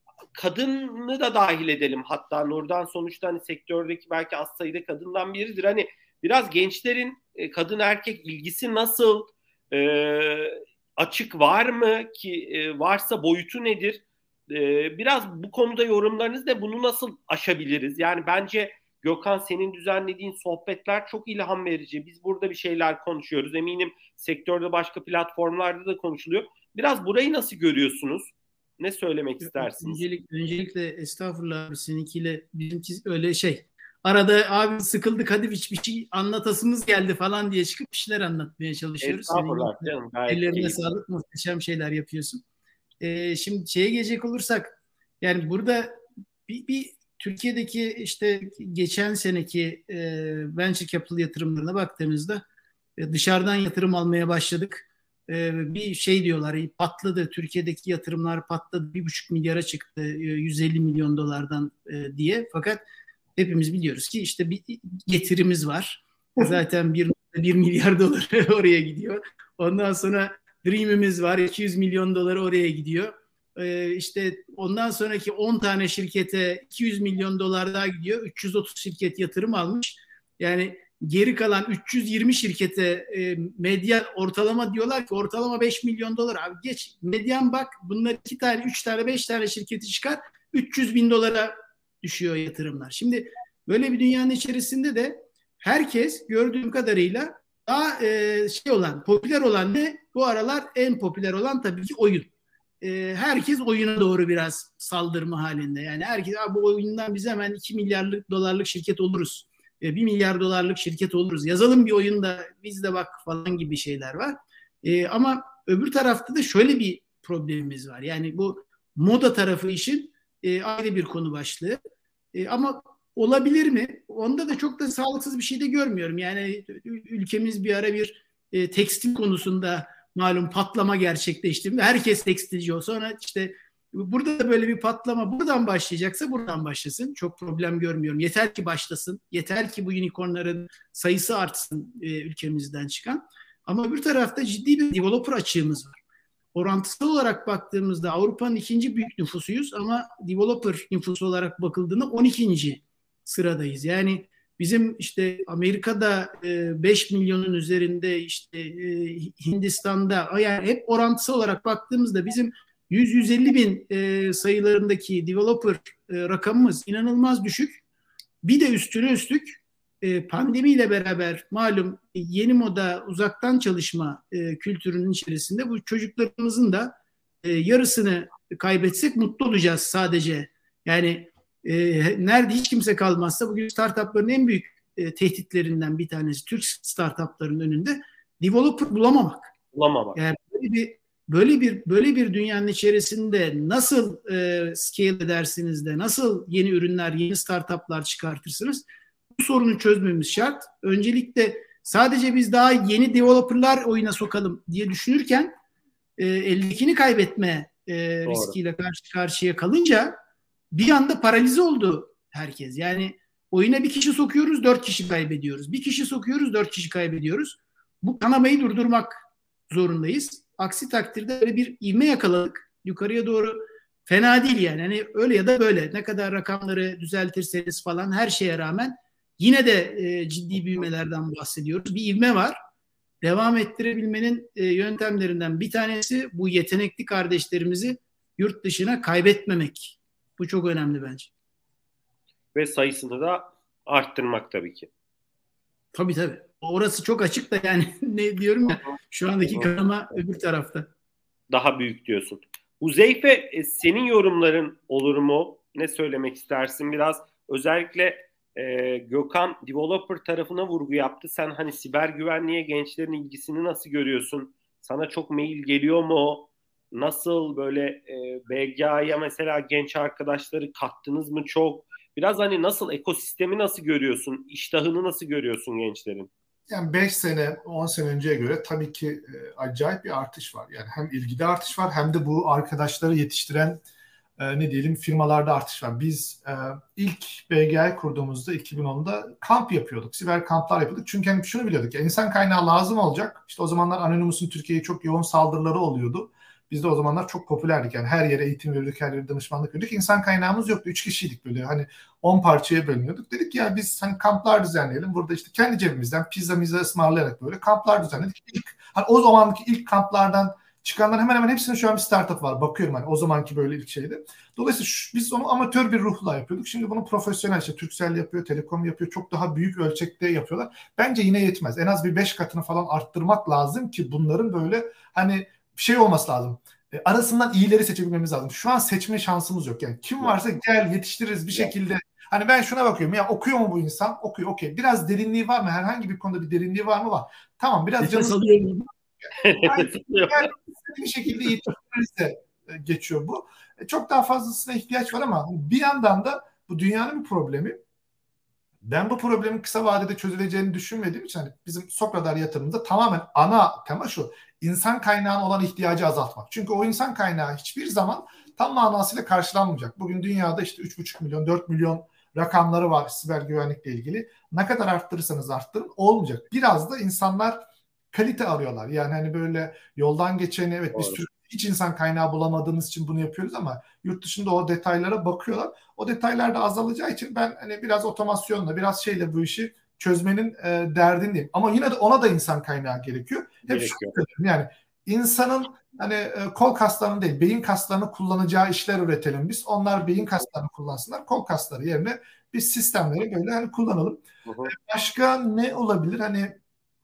kadını da dahil edelim. Hatta Nurdan sonuçta hani sektördeki belki az sayıda kadından biridir. Hani biraz gençlerin e, kadın erkek ilgisi nasıl? E, açık var mı ki e, varsa boyutu nedir? E, biraz bu konuda yorumlarınız ne? Bunu nasıl aşabiliriz? Yani bence Gökhan senin düzenlediğin sohbetler çok ilham verici. Biz burada bir şeyler konuşuyoruz. Eminim sektörde başka platformlarda da konuşuluyor. Biraz burayı nasıl görüyorsunuz? Ne söylemek istersiniz? Öncelik, öncelikle estağfurullah abi, seninkiyle bizimki öyle şey. Arada abi sıkıldık hadi bir, bir şey anlatasımız geldi falan diye çıkıp bir şeyler anlatmaya çalışıyoruz. Estağfurullah canım, gayet ellerine keyifli. sağlık, muhteşem şeyler yapıyorsun. Ee, şimdi şeye gelecek olursak yani burada bir, bir Türkiye'deki işte geçen seneki e, venture capital yatırımlarına baktığımızda e, dışarıdan yatırım almaya başladık. E, bir şey diyorlar patladı, Türkiye'deki yatırımlar patladı, bir buçuk milyara çıktı e, yüz elli milyon dolardan e, diye. Fakat hepimiz biliyoruz ki işte bir getirimiz var. Zaten bir, bir milyar dolar oraya gidiyor. Ondan sonra Dream'imiz var, iki yüz milyon doları oraya gidiyor. Ee, işte ondan sonraki on tane şirkete iki yüz milyon dolar daha gidiyor. üç yüz otuz şirket yatırım almış. Yani geri kalan üç yüz yirmi şirkete e, medyan ortalama diyorlar ki ortalama beş milyon dolar. Abi geç medyan bak, bunlar iki tane, üç tane, beş tane şirketi çıkar, üç yüz bin dolara düşüyor yatırımlar. Şimdi böyle bir dünyanın içerisinde de herkes gördüğüm kadarıyla daha e, şey olan, popüler olan ne? Bu aralar en popüler olan tabii ki oyun. E, herkes oyuna doğru biraz saldırma halinde. Yani herkes bu oyundan biz hemen iki milyarlık dolarlık şirket oluruz. E, bir milyar dolarlık şirket oluruz. Yazalım bir oyunda biz de bak falan gibi şeyler var. E, ama öbür tarafta da şöyle bir problemimiz var. Yani bu moda tarafı işin e, ayrı bir konu başlığı. E, ama olabilir mi? Onda da çok da sağlıksız bir şey de görmüyorum. Yani ülkemiz bir ara bir e, tekstil konusunda malum patlama gerçekleşti. Herkes tekstilci olsa, sonra işte burada da böyle bir patlama buradan başlayacaksa buradan başlasın. Çok problem görmüyorum. Yeter ki başlasın. Yeter ki bu unicornların sayısı artsın e, ülkemizden çıkan. Ama bir tarafta ciddi bir developer açığımız var. Orantısal olarak baktığımızda Avrupa'nın ikinci büyük nüfusuyuz ama developer nüfusu olarak bakıldığında on ikinci sıradayız. Yani bizim işte Amerika'da e, beş milyonun üzerinde, işte e, Hindistan'da, yani hep orantısal olarak baktığımızda bizim yüz yüz elli bin e, sayılarındaki developer e, rakamımız inanılmaz düşük. Bir de üstüne üstlük e, pandemiyle beraber malum yeni moda uzaktan çalışma e, kültürünün içerisinde bu çocuklarımızın da e, yarısını kaybetsek mutlu olacağız sadece. Yani e, nerede hiç kimse kalmazsa bugün startupların en büyük e, tehditlerinden bir tanesi Türk startupların önünde developer bulamamak. Bulamamak. Yani böyle bir böyle bir böyle bir dünyanın içerisinde nasıl e, scale edersiniz de nasıl yeni ürünler, yeni startuplar çıkartırsınız? Bu sorunu çözmemiz şart. Öncelikle sadece biz daha yeni developerlar oyuna sokalım diye düşünürken e, eldekini kaybetme e, riskiyle karşı karşıya kalınca bir anda paralize oldu herkes. Yani oyuna bir kişi sokuyoruz, dört kişi kaybediyoruz. Bir kişi sokuyoruz, dört kişi kaybediyoruz. Bu kanamayı durdurmak zorundayız. Aksi takdirde böyle bir ivme yakaladık. Yukarıya doğru fena değil yani. Hani öyle ya da böyle. Ne kadar rakamları düzeltirseniz falan her şeye rağmen yine de e, ciddi büyümelerden bahsediyoruz. Bir ivme var. Devam ettirebilmenin e, yöntemlerinden bir tanesi bu yetenekli kardeşlerimizi yurt dışına kaybetmemek. Bu çok önemli bence. Ve sayısını da arttırmak tabii ki. Tabii tabii. Orası çok açık da yani ne diyorum ya, şu andaki kanama öbür tarafta. Daha büyük diyorsun. Huzeyfe, senin yorumların olur mu? Ne söylemek istersin? Biraz özellikle e, Gökhan developer tarafına vurgu yaptı. Sen hani siber güvenliğe gençlerin ilgisini nasıl görüyorsun? Sana çok mail geliyor mu? Nasıl böyle e, B G A'ya mesela genç arkadaşları kattınız mı çok? Biraz hani nasıl, ekosistemi nasıl görüyorsun? İştahını nasıl görüyorsun gençlerin? Yani beş sene, on sene önceye göre tabii ki e, acayip bir artış var. Yani hem ilgide artış var hem de bu arkadaşları yetiştiren e, ne diyelim firmalarda artış var. Biz e, ilk B G I kurduğumuzda iki bin onda kamp yapıyorduk. Siber kamplar yapıyorduk. Çünkü hani şunu biliyorduk ya, insan kaynağı lazım olacak. İşte o zamanlar Anonymous'un Türkiye'ye çok yoğun saldırıları oluyordu. Biz de o zamanlar çok popülerdik. Yani her yere eğitim veriyorduk, her yere danışmanlık veriyorduk. İnsan kaynağımız yoktu. Üç kişiydik böyle. Hani on parçaya bölünüyorduk. Dedik ya biz hani kamplar düzenleyelim. Burada işte kendi cebimizden pizza miza ısmarlayarak böyle kamplar düzenledik. İlk, hani o zamanki ilk kamplardan çıkanların hemen hemen hepsinin şu an bir startup var. Bakıyorum hani o zamanki böyle ilk şeydi. Dolayısıyla şu, biz onu amatör bir ruhla yapıyorduk. Şimdi bunu profesyonel, işte Turkcell yapıyor, Telekom yapıyor. Çok daha büyük ölçekte yapıyorlar. Bence yine yetmez. En az bir beş katını falan arttırmak lazım ki bunların böyle hani şey olması lazım. E, arasından iyileri seçebilmemiz lazım. Şu an seçme şansımız yok. Yani kim varsa gel yetiştiririz bir şekilde. Hani ben şuna bakıyorum ya, okuyor mu bu insan? Okuyor, okey. Biraz derinliği var mı? Herhangi bir konuda bir derinliği var mı? Var. Tamam, biraz canı sıkılıyor. Yani, yani bir şekilde yetiştirirse e, geçiyor bu. E, çok daha fazlasına ihtiyaç var ama bir yandan da bu dünyanın bir problemi. Ben bu problemin kısa vadede çözüleceğini düşünmediğim için hani bizim Sokradar yatırımında tamamen ana tema şu: insan kaynağına olan ihtiyacı azaltmak. Çünkü o insan kaynağı hiçbir zaman tam manasıyla karşılanmayacak. Bugün dünyada işte üç buçuk milyon, dört milyon rakamları var siber güvenlikle ilgili. Ne kadar arttırırsanız arttırın olmayacak. Biraz da insanlar kalite arıyorlar. Yani hani böyle yoldan geçeni, evet biz Türk hiç insan kaynağı bulamadığımız için bunu yapıyoruz ama yurt dışında o detaylara bakıyorlar. O detaylar da azalacağı için ben hani biraz otomasyonla, biraz şeyle bu işi çözmenin e, derdindeyim. Ama yine de ona da insan kaynağı gerekiyor. Hep Gerekiyor. şu, yani insanın hani e, kol kaslarını değil, beyin kaslarını kullanacağı işler üretelim biz. Onlar beyin kaslarını kullansınlar. Kol kasları yerine biz sistemleri böyle hani kullanalım. Hı hı. Başka ne olabilir? Hani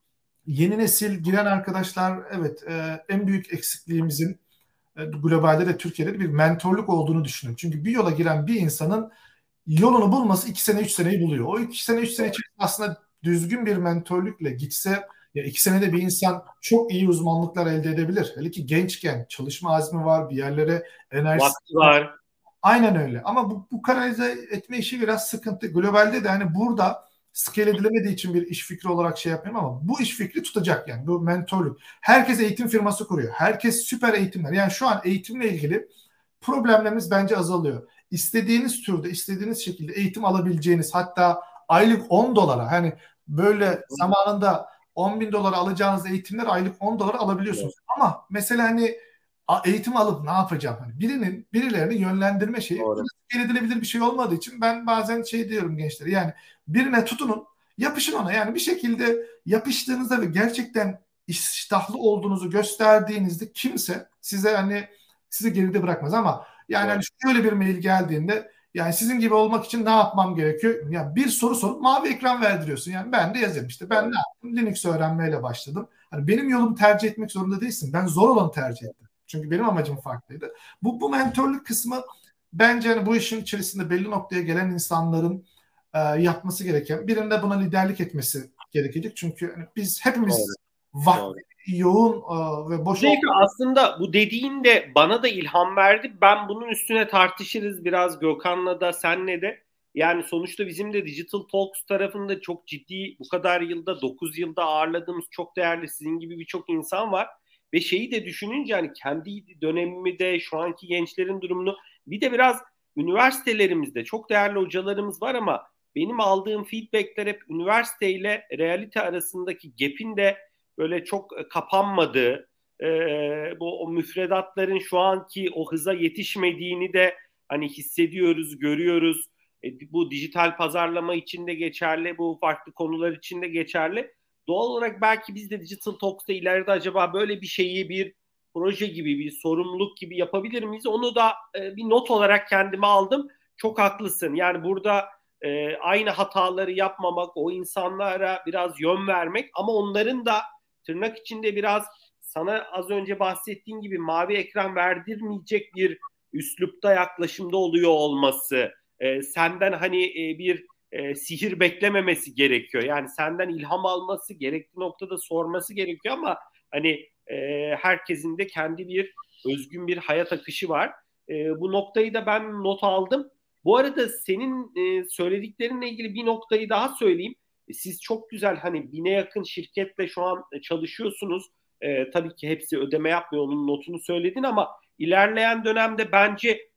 yeni nesil giren arkadaşlar, evet, e, en büyük eksikliğimizin e, globalde de Türkiye'de de bir mentorluk olduğunu düşünüyorum. Çünkü bir yola giren bir insanın yolunu bulması iki sene üç seneyi buluyor. O iki sene üç sene içerisinde aslında düzgün bir mentörlükle gitse ya iki senede bir insan çok iyi uzmanlıklar elde edebilir. Hele ki gençken çalışma azmi var, bir yerlere enerjisi Vakti var. Aynen öyle. Ama bu, bu kanalize etme işi biraz sıkıntı. Globalde de hani burada scale edilemediği için bir iş fikri olarak şey yapmıyorum ama bu iş fikri tutacak yani. Bu mentorluk. Herkes eğitim firması kuruyor. Herkes süper eğitimler. Yani şu an eğitimle ilgili problemlerimiz bence azalıyor. İstediğiniz türde, istediğiniz şekilde eğitim alabileceğiniz, hatta aylık on dolara, hani böyle zamanında on bin dolara alacağınız eğitimler aylık on dolara alabiliyorsunuz. Evet. Ama mesela hani eğitim alıp ne yapacağım? Hani birinin birilerini yönlendirme şeyi edilebilir bir şey olmadığı için ben bazen şey diyorum gençlere, yani birine tutunun, yapışın ona. Yani bir şekilde yapıştığınızda ve gerçekten iştahlı olduğunuzu gösterdiğinizde kimse size hani sizi geride bırakmaz. Ama yani hani şöyle bir mail geldiğinde, yani sizin gibi olmak için ne yapmam gerekiyor? Yani bir soru sorup mavi ekran verdiriyorsun. Yani ben de yazayım işte. Ben ne yaptım? Linux öğrenmeyle başladım. Hani benim yolumu tercih etmek zorunda değilsin. Ben zor olanı tercih ettim. Çünkü benim amacım farklıydı. Bu, bu mentorluk kısmı bence hani bu işin içerisinde belli noktaya gelen insanların e, yapması gereken, birinin de buna liderlik etmesi gerekecek. Çünkü hani biz hepimiz vakti yoğun e, ve boş Zeki, aslında bu dediğin de bana da ilham verdi. Ben bunun üstüne tartışırız biraz Gökhan'la da senle de. Yani sonuçta bizim de Digital Talks tarafında çok ciddi, bu kadar yılda, dokuz yılda ağırladığımız çok değerli sizin gibi birçok insan var. Ve şeyi de düşününce hani kendi dönemimi de, şu anki gençlerin durumunu, bir de biraz üniversitelerimizde çok değerli hocalarımız var ama benim aldığım feedbackler hep üniversiteyle realite arasındaki gap'in de böyle çok kapanmadığı, e, bu o müfredatların şu anki o hıza yetişmediğini de hani hissediyoruz, görüyoruz. E, bu dijital pazarlama için de geçerli, bu farklı konular için de geçerli. Doğal olarak belki biz de Digital Talks'ta ileride acaba böyle bir şeyi bir proje gibi, bir sorumluluk gibi yapabilir miyiz? Onu da e, bir not olarak kendime aldım. Çok haklısın. Yani burada e, aynı hataları yapmamak, o insanlara biraz yön vermek ama onların da tırnak içinde biraz sana az önce bahsettiğin gibi mavi ekran verdirmeyecek bir üslupta, yaklaşımda oluyor olması. E, senden hani e, bir e, sihir beklememesi gerekiyor. Yani senden ilham alması, gerekli noktada sorması gerekiyor ama hani e, herkesin de kendi bir özgün bir hayat akışı var. E, bu noktayı da ben not aldım. Bu arada senin e, söylediklerinle ilgili bir noktayı daha söyleyeyim. Siz çok güzel, hani bine yakın şirketle şu an çalışıyorsunuz. Ee, tabii ki hepsi ödeme yapmıyor, onun notunu söyledin ama ilerleyen dönemde bence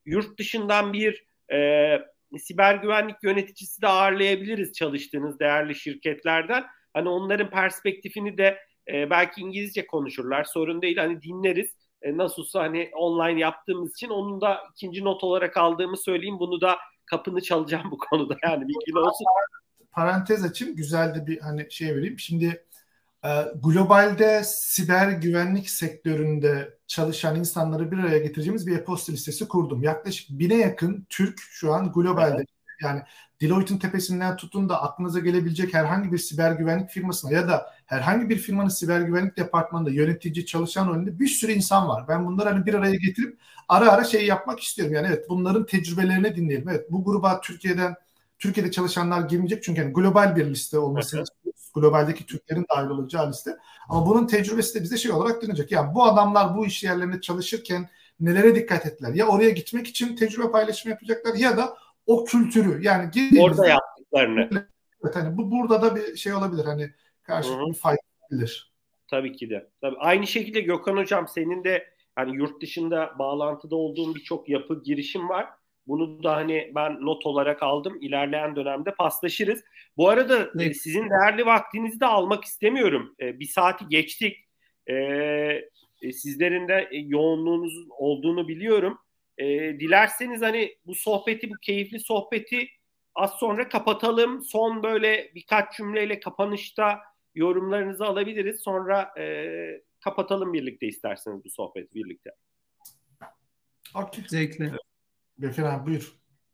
yurt dışından bir e, siber güvenlik yöneticisi de ağırlayabiliriz çalıştığınız değerli şirketlerden. Hani onların perspektifini de e, belki İngilizce konuşurlar, sorun değil, hani dinleriz. E, nasılsa hani online yaptığımız için onun da ikinci not olarak aldığımı söyleyeyim. Bunu da kapını çalacağım bu konuda, yani bilgin olsun. Parantez açayım, güzel de bir hani şey vereyim. Şimdi e, globalde siber güvenlik sektöründe çalışan insanları bir araya getireceğimiz bir e-posta listesi kurdum. Yaklaşık bine yakın Türk şu an globalde. Evet. Yani Deloitte'in tepesinden tutun da aklınıza gelebilecek herhangi bir siber güvenlik firmasına ya da herhangi bir firmanın siber güvenlik departmanında yönetici, çalışan önünde bir sürü insan var. Ben bunları hani bir araya getirip ara ara şey yapmak istiyorum. Yani evet, bunların tecrübelerini dinleyelim. Evet, bu gruba Türkiye'den Türkiye'de çalışanlar girmeyecek çünkü yani global bir liste olmasını istiyoruz. Globaldeki Türklerin dahil olacağı liste. Ama bunun tecrübesi de bize şey olarak dönecek. Yani bu adamlar bu iş yerlerinde çalışırken nelere dikkat ettiler? Ya oraya gitmek için tecrübe paylaşımı yapacaklar ya da o kültürü, yani orada yaptıklarını. Evet, hani bu burada da bir şey olabilir, hani karşılıklı bir fayda olabilir. Tabii ki de. Tabii. Aynı şekilde Gökhan Hocam, senin de hani yurt dışında bağlantıda olduğun birçok yapı, girişim var. Bunu da hani ben not olarak aldım. İlerleyen dönemde paslaşırız. Bu arada evet, sizin değerli vaktinizi de almak istemiyorum. Bir saati geçtik. Sizlerin de yoğunluğunuzun olduğunu biliyorum. Dilerseniz hani bu sohbeti, bu keyifli sohbeti az sonra kapatalım. Son böyle birkaç cümleyle kapanışta yorumlarınızı alabiliriz. Sonra kapatalım birlikte, isterseniz bu sohbeti birlikte. Okay. Zevkle. Gökhan abi buyur.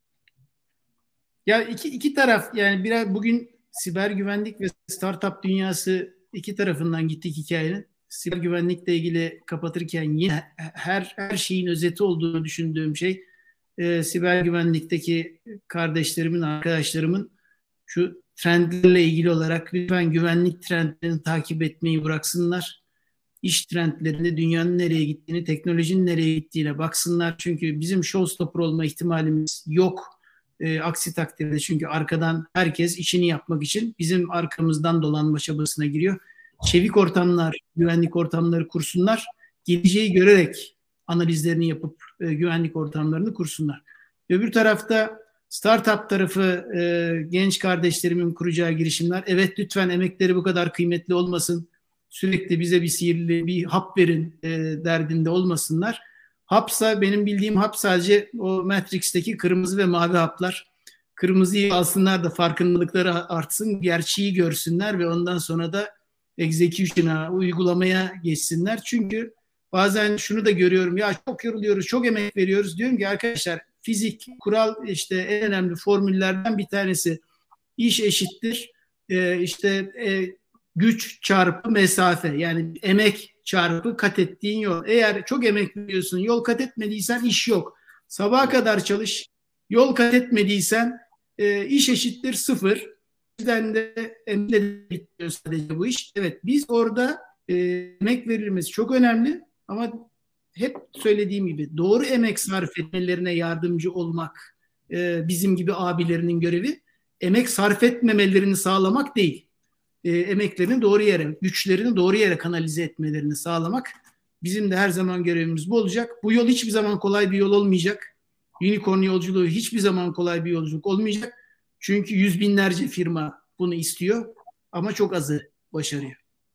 Ya iki, iki taraf, yani biraz bugün siber güvenlik ve startup dünyası iki tarafından gittik hikayenin. Siber güvenlikle ilgili kapatırken yine her her şeyin özeti olduğunu düşündüğüm şey e, siber güvenlikteki kardeşlerimin, arkadaşlarımın şu trendlerle ilgili olarak lütfen güvenlik trendlerini takip etmeyi bıraksınlar. İş trendlerinde dünyanın nereye gittiğini, teknolojinin nereye gittiğine baksınlar. Çünkü bizim showstopper olma ihtimalimiz yok. E, aksi takdirde çünkü arkadan herkes işini yapmak için bizim arkamızdan dolanma çabasına giriyor. Çevik ortamlar, güvenlik ortamları kursunlar. Geleceği görerek analizlerini yapıp e, güvenlik ortamlarını kursunlar. Öbür tarafta startup tarafı, e, genç kardeşlerimin kuracağı girişimler. Evet, lütfen emekleri bu kadar kıymetli olmasın. Sürekli bize bir sihirli bir hap verin e, derdinde olmasınlar. Hapsa, benim bildiğim hap sadece o Matrix'teki kırmızı ve mavi haplar. Kırmızıyı alsınlar da farkındalıkları artsın, gerçeği görsünler ve ondan sonra da execution'a, uygulamaya geçsinler. Çünkü bazen şunu da görüyorum, ya çok yoruluyoruz, çok emek veriyoruz. Diyorum ki arkadaşlar, fizik, kural, işte en önemli formüllerden bir tanesi iş eşittir e, işte e, güç çarpı mesafe, yani emek çarpı kat ettiğin yol. Eğer çok emek veriyorsun, yol kat etmediysen iş yok. Sabaha kadar çalış, yol kat etmediysen e, iş eşittir sıfır. O yüzden de emekle bitiyor sadece bu iş. Evet, biz orada e, emek verilmesi çok önemli ama hep söylediğim gibi doğru emek sarf etmelerine yardımcı olmak e, bizim gibi abilerinin görevi. Emek sarf etmemelerini sağlamak değil. E, emeklerini doğru yere, güçlerini doğru yere kanalize etmelerini sağlamak bizim de her zaman görevimiz bu olacak. Bu yol hiçbir zaman kolay bir yol olmayacak. Unicorn yolculuğu hiçbir zaman kolay bir yolculuk olmayacak. Çünkü yüz binlerce firma bunu istiyor ama çok azı başarıyor.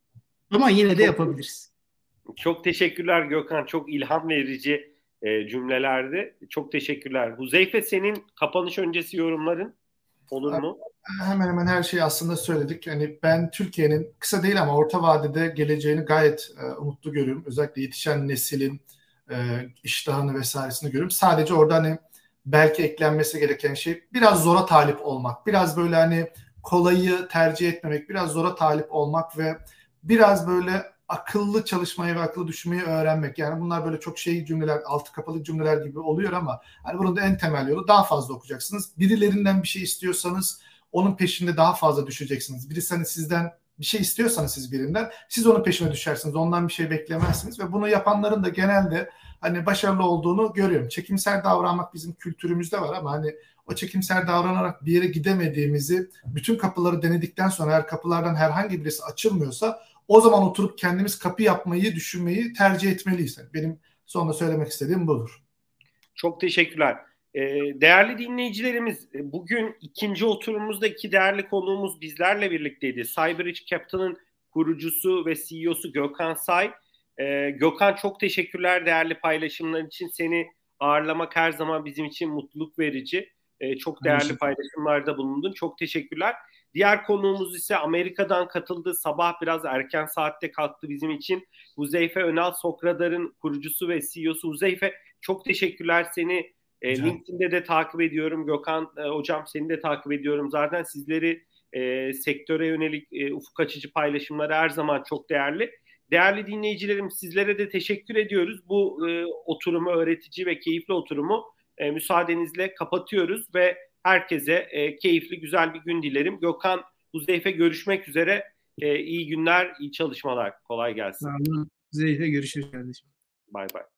Ama yine de yapabiliriz. Çok teşekkürler Gökhan. Çok ilham verici e, cümlelerdi. Çok teşekkürler. Huzeyfe, senin kapanış öncesi yorumların olur mu? Hemen hemen her şeyi aslında söyledik. Yani ben Türkiye'nin kısa değil ama orta vadede geleceğini gayet e, umutlu görüyorum. Özellikle yetişen neslin e, iştahını vesairesini görüyorum. Sadece orada hani belki eklenmesi gereken şey biraz zora talip olmak. Biraz böyle hani kolayı tercih etmemek, biraz zora talip olmak ve biraz böyle akıllı çalışmayı ve akıllı düşünmeyi öğrenmek. Yani bunlar böyle çok şey cümleler, altı kapalı cümleler gibi oluyor ama hani bunun da en temel yolu daha fazla okuyacaksınız. Birilerinden bir şey istiyorsanız onun peşinde daha fazla düşeceksiniz. Birisi hani sizden bir şey istiyorsanız siz birinden, siz onun peşine düşersiniz. Ondan bir şey beklemezsiniz ve bunu yapanların da genelde hani başarılı olduğunu görüyorum. Çekimser davranmak bizim kültürümüzde var ama hani o çekimser davranarak bir yere gidemediğimizi, bütün kapıları denedikten sonra eğer kapılardan herhangi birisi açılmıyorsa o zaman oturup kendimiz kapı yapmayı, düşünmeyi tercih etmeliyiz. Yani benim sonunda söylemek istediğim budur. Çok teşekkürler. Ee, değerli dinleyicilerimiz, bugün ikinci oturumumuzda iki değerli konuğumuz bizlerle birlikteydi. CyberEdge Capital'ın kurucusu ve C E O'su Gökhan Say. Ee, Gökhan, çok teşekkürler değerli paylaşımlar için. Seni ağırlamak her zaman bizim için mutluluk verici. Ee, çok değerli paylaşımlarda bulundun. Çok teşekkürler. Diğer konuğumuz ise Amerika'dan katıldı. Sabah biraz erken saatte kalktı bizim için. Huzeyfe Önal, Sokradar'ın kurucusu ve C E O'su. Huzeyfe, çok teşekkürler. Seni e, LinkedIn'de de takip ediyorum. Gökhan e, hocam, seni de takip ediyorum. Zaten sizleri e, sektöre yönelik e, ufuk açıcı paylaşımları her zaman çok değerli. Değerli dinleyicilerim, sizlere de teşekkür ediyoruz. Bu e, oturumu, öğretici ve keyifli oturumu e, müsaadenizle kapatıyoruz ve herkese e, keyifli, güzel bir gün dilerim. Gökhan, Huzeyfe, görüşmek üzere. E, iyi günler, iyi çalışmalar. Kolay gelsin. Sağ olun. Huzeyfe, görüşürüz kardeşim. Bay bay.